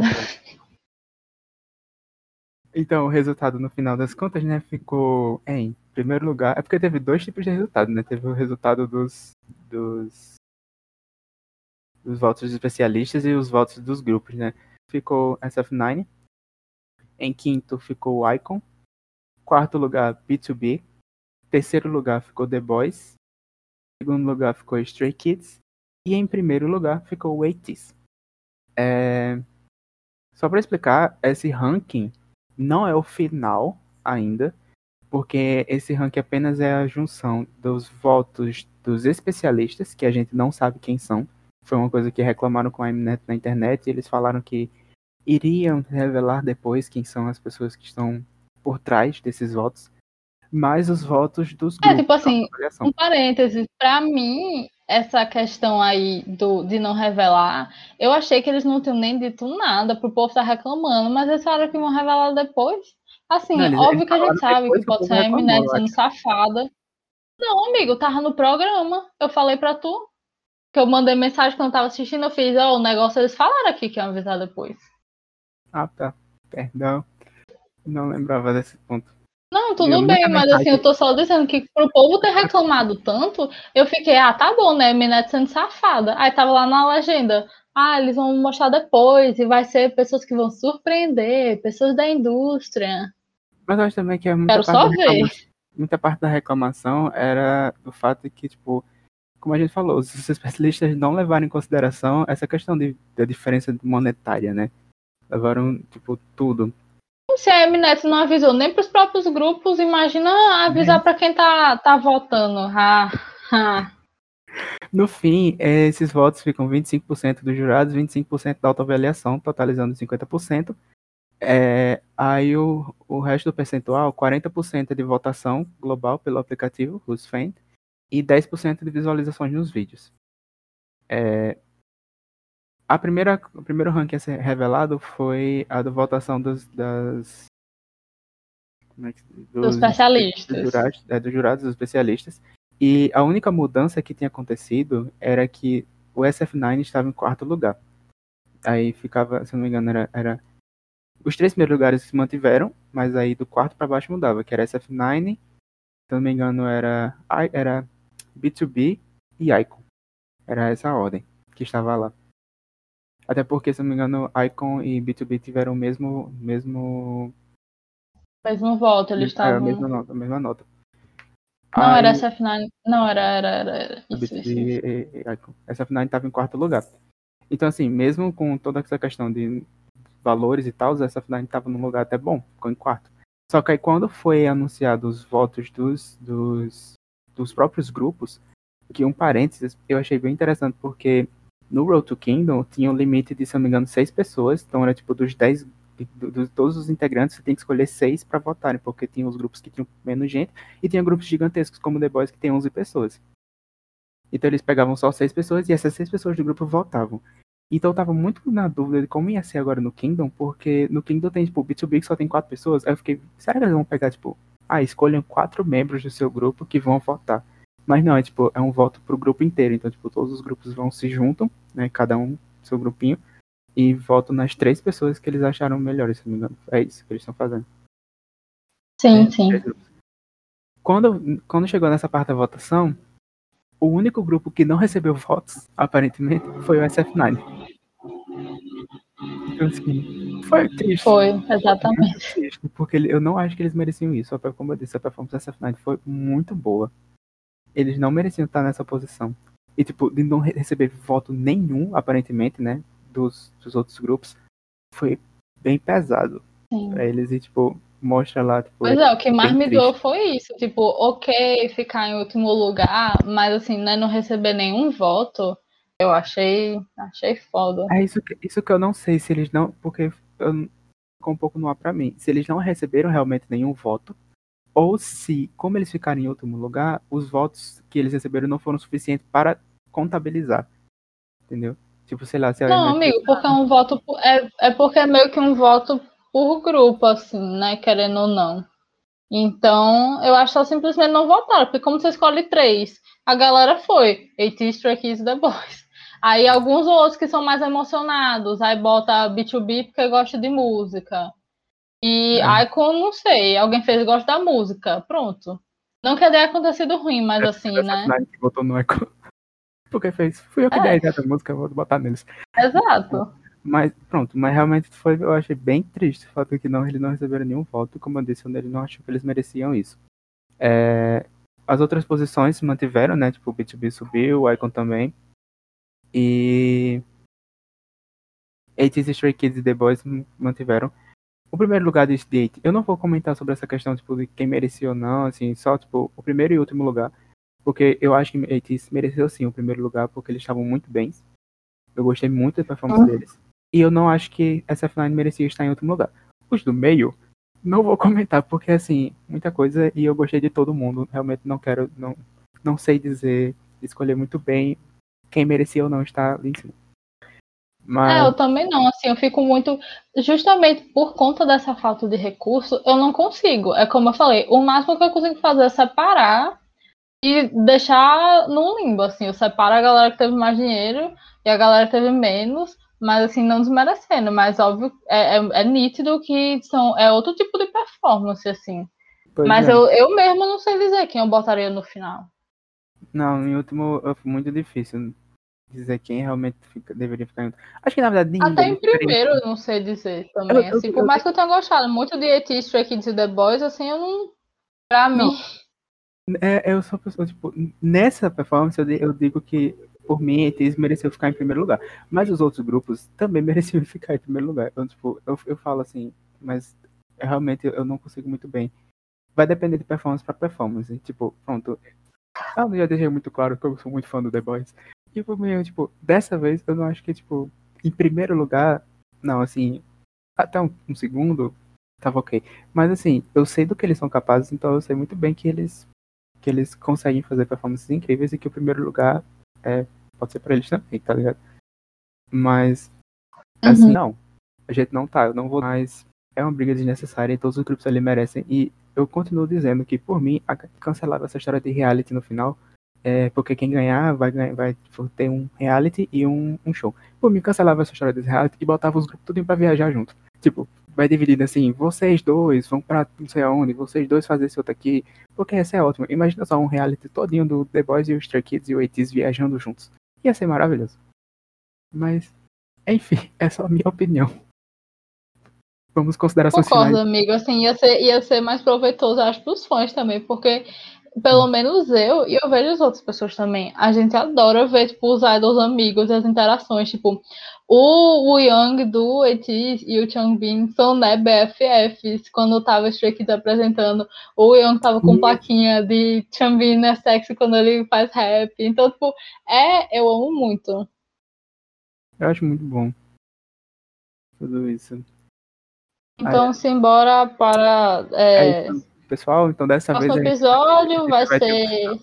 então o resultado no final das contas, né, ficou em primeiro lugar. É porque teve dois tipos de resultado, né? Teve o resultado dos, dos, dos votos dos especialistas e os votos dos grupos, né? Ficou S F nove. Em quinto ficou o Icon. Quarto lugar, B dois B. Terceiro lugar ficou The Boys. Em segundo lugar ficou Stray Kids. E em primeiro lugar ficou o A T E S. É... Só para explicar, esse ranking não é o final ainda, porque esse ranking apenas é a junção dos votos dos especialistas, que a gente não sabe quem são. Foi uma coisa que reclamaram com a Mnet na internet, e eles falaram que iriam revelar depois quem são as pessoas que estão por trás desses votos, mais os votos dos É, tipo grupos na assim, avaliação. um parênteses, pra mim, essa questão aí do, de não revelar, eu achei que eles não tinham nem dito nada pro povo estar reclamando, mas eles falaram que vão revelar depois. Não, Assim, eles, eles óbvio que a gente falaram sabe que depois que o pode povo ser a reclamou, Mnet eu sendo acho. safada. Não, amigo, tava no programa. Eu falei pra tu, que eu mandei mensagem quando eu tava assistindo, eu fiz, ó, o negócio eles falaram aqui que iam avisar depois. Ah, tá. Perdão. Não lembrava desse ponto. Não, Tinha tudo muita bem, mas assim, eu mensagem. tô só dizendo que pro povo ter reclamado tanto, eu fiquei, ah, tá bom, né? Minette sendo safada. Aí tava lá na legenda, ah, eles vão mostrar depois, e vai ser pessoas que vão surpreender, pessoas da indústria. Mas eu acho também que é muita Quero parte da só ver. reclamação, muita parte da reclamação era do fato de que, tipo, como a gente falou, os especialistas não levaram em consideração essa questão de, da diferença monetária, né? Levaram, tipo, tudo. Se a Mnet não avisou nem para os próprios grupos, imagina avisar para quem tá, tá votando. Ah, ah. No fim, eh, esses votos ficam vinte e cinco por cento dos jurados, vinte e cinco por cento da autoavaliação, totalizando cinquenta por cento. É, aí o, o resto do percentual, quarenta por cento é de votação global pelo aplicativo WhoSfan e dez por cento de visualizações nos vídeos. É, a primeira, o primeiro ranking a ser revelado foi a da votação dos, das, como é que- Dos dos, dos especialistas. jurados, é, dos jurados, dos especialistas. E a única mudança que tinha acontecido era que o S F nove estava em quarto lugar. Aí ficava, se não me engano, era, era os três primeiros lugares se mantiveram, mas aí do quarto para baixo mudava, que era S F nove, se não me engano, era, era B dois B e Icon. Era essa a ordem que estava lá. Até porque, se não me engano, Icon e B dois B tiveram o mesmo. mesmo Mesmo voto, eles é, a estavam. mesma nota. A mesma nota. Não, era Aí, S F nove. Não, era, era, era, era. Isso, B dois B isso, isso. e, e Icon. S F nove estava em quarto lugar. Então, assim, mesmo com toda essa questão de valores e tal, o S F nove estava num lugar até bom, ficou em quarto. Só que aí quando foi anunciado os votos dos, dos, dos próprios grupos, que um parênteses, eu achei bem interessante, porque no Road to Kingdom tinha um limite de, se não me engano, seis pessoas, então era tipo dos dez, de, de todos os integrantes, você tem que escolher seis para votarem, porque tinha os grupos que tinham menos gente, e tinha grupos gigantescos, como The Boys, que tem onze pessoas. Então eles pegavam só seis pessoas, e essas seis pessoas do grupo votavam. Então eu tava muito na dúvida de como ia ser agora no Kingdom, porque no Kingdom tem, tipo, B dois B que só tem quatro pessoas. Aí eu fiquei, será que eles vão pegar, tipo, ah, escolham quatro membros do seu grupo que vão votar? Mas não, é tipo, é um voto pro grupo inteiro. Então, tipo, todos os grupos vão se juntam, né, cada um seu grupinho, e votam nas três pessoas que eles acharam melhores, se não me engano. É isso que eles estão fazendo. Sim, É, sim. quando, quando chegou nessa parte da votação, o único grupo que não recebeu votos, aparentemente, foi o S F nove. Então, assim, foi triste. Foi, Muito exatamente. triste, porque eu não acho que eles mereciam isso. Só pra, como eu disse, a performance da S F nove foi muito boa. Eles não mereciam estar nessa posição. E, tipo, de não receber voto nenhum, aparentemente, né, dos, dos outros grupos, foi bem pesado Sim. pra eles. E, tipo, mostra lá, tipo, Pois é, o que mais bem me triste. doeu foi isso. Tipo, ok ficar em último lugar, mas assim, né, não receber nenhum voto, eu achei, achei foda. É isso que, isso que eu não sei se eles não. Porque eu, ficou um pouco no ar pra mim. Se eles não receberam realmente nenhum voto, ou se, como eles ficaram em último lugar, os votos que eles receberam não foram suficientes para contabilizar. Entendeu? Tipo, sei lá, se a Não, Netflix. amigo, porque é um voto. por- É, é porque é meio que um voto por grupo, assim, né? Querendo ou não. Então, eu acho que elas simplesmente não votaram, porque como você escolhe três, a galera foi. AT, Stray Kids e The Boys. Aí alguns outros que são mais emocionados, aí bota B dois B porque gosta de música. E É, Icon, não sei, alguém fez gosta da música, pronto. Não que tenha acontecido ruim, mas assim, essa né? F nove que votou no Echo. Porque fez. Fui eu que dei a É, ideia da música, vou botar neles. exato. Mas pronto, mas realmente foi, eu achei bem triste o fato de que não, eles não receberam nenhum voto. Como eu disse, eles não acham que eles mereciam isso. É, as outras posições se mantiveram, né? Tipo, o B dois B subiu, o Icon também. E ATEEZ, Stray Kids e The Boys mantiveram. O primeiro lugar desse date, eu não vou comentar sobre essa questão, tipo, de quem merecia ou não, assim, só, tipo, o primeiro e último lugar. Porque eu acho que ATEEZ mereceu, sim, o primeiro lugar, porque eles estavam muito bem. Eu gostei muito da performance Hum. deles. E eu não acho que S F nove merecia estar em último lugar. Os do meio, não vou comentar, porque, assim, muita coisa, e eu gostei de todo mundo. Realmente não quero, não, não sei dizer, escolher muito bem quem merecia ou não estar ali em cima. É, Mas, eu também não, assim, eu fico muito. Justamente por conta dessa falta de recurso, eu não consigo. É como eu falei, o máximo que eu consigo fazer é separar e deixar num limbo, assim. Eu separo a galera que teve mais dinheiro e a galera que teve menos, mas assim, não desmerecendo. Mas óbvio, é, é, é nítido que são, é outro tipo de performance, assim. pois Mas é. eu, eu mesmo não sei dizer quem eu botaria no final. Não, em último, foi muito difícil. dizer quem realmente fica, deveria ficar em... Acho que, na verdade, nenhum Até deles em deveria... primeiro eu não sei dizer Eu, também, eu, assim, por eu, mais que eu tenha gostado muito de A T, Stray Kids e The Boys, assim, eu não, pra não, mim, é, eu sou pessoa, tipo, nessa performance eu, di- eu digo que, por mim, eles mereceu ficar em primeiro lugar. Mas os outros grupos também mereciam ficar em primeiro lugar. Então, tipo, eu, eu falo assim, mas eu, realmente eu não consigo muito bem. Vai depender de performance pra performance. Tipo, pronto. Eu já deixei muito claro que eu sou muito fã do The Boys. E por mim, eu, tipo, dessa vez eu não acho que, tipo, em primeiro lugar, não, assim, até um, um segundo, tava ok. Mas assim, eu sei do que eles são capazes, então eu sei muito bem que eles que eles conseguem fazer performances incríveis e que o primeiro lugar é, pode ser pra eles também, tá ligado? Mas, assim, uhum. não. A gente não tá, eu não vou mais. É uma briga desnecessária e todos os grupos ali merecem. E eu continuo dizendo que, por mim, a- cancelava essa história de reality no final. É, porque quem ganhar vai, ganhar, vai tipo, ter um reality e um, um show. Por mim, cancelava essa história desse reality e botava os grupos tudo pra viajar junto. Tipo, vai dividindo assim, vocês dois vão pra não sei aonde, vocês dois fazem esse outro aqui. Porque essa é ótimo. Imagina só um reality todinho do The Boys e os Stray Kids e o ATEEZ viajando juntos. Ia ser maravilhoso. Mas, enfim, é só a minha opinião. Vamos considerações Concordo, finais. amigo. Assim, ia ser, ia ser mais proveitoso, acho, para os fãs também, porque pelo Hum. menos eu, e eu vejo as outras pessoas também, a gente adora ver, tipo, os idols amigos, as interações, tipo, o, o Young do AT e o Changbin são, né, B F Fs. Quando tava Stray Kids apresentando, o Young tava com plaquinha de Changbin é sexy quando ele faz rap. Então, tipo, é, eu amo muito. Eu acho muito bom tudo isso. Aí, Então, simbora para é é, isso, pessoal. Então, dessa o vez próximo a gente, a episódio, vai gente vai ter. ser.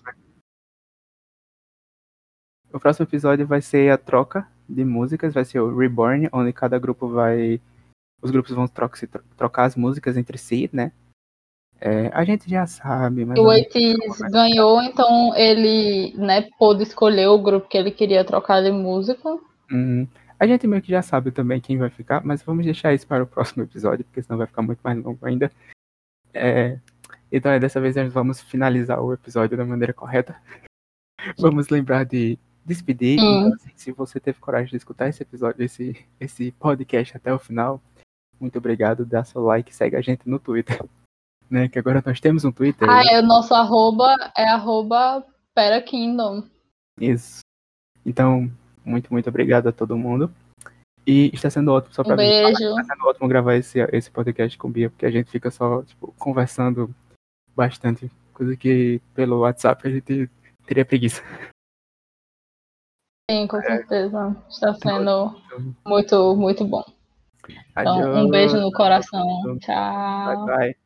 O próximo episódio vai ser a troca de músicas, vai ser o Reborn, onde cada grupo vai. Os grupos vão troca, se tro- trocar as músicas entre si, né? É, a gente já sabe, mais O ou menos. ATEEZ ganhou, então ele, né, pôde escolher o grupo que ele queria trocar de música. Hum, a gente meio que já sabe também quem vai ficar, mas vamos deixar isso para o próximo episódio, porque senão vai ficar muito mais longo ainda. É, então, é, dessa vez nós vamos finalizar o episódio da maneira correta. Vamos lembrar de despedir. Então, Hum. assim, se você teve coragem de escutar esse episódio, esse, esse podcast até o final, muito obrigado. Dá seu like, segue a gente no Twitter. Né? Que agora nós temos um Twitter. Ah, é, o nosso arroba é arroba PeraKingdom. Isso. Então, muito, muito obrigado a todo mundo. E está sendo ótimo, só Um para avisar, beijo. está sendo ótimo gravar esse, esse podcast com Bia, porque a gente fica só, tipo, conversando bastante, coisa que pelo WhatsApp a gente teria preguiça. Sim, com certeza. Está Então, sendo muito, muito bom. Então, um beijo adiós, no todo coração. mundo. Bye, Tchau. bye.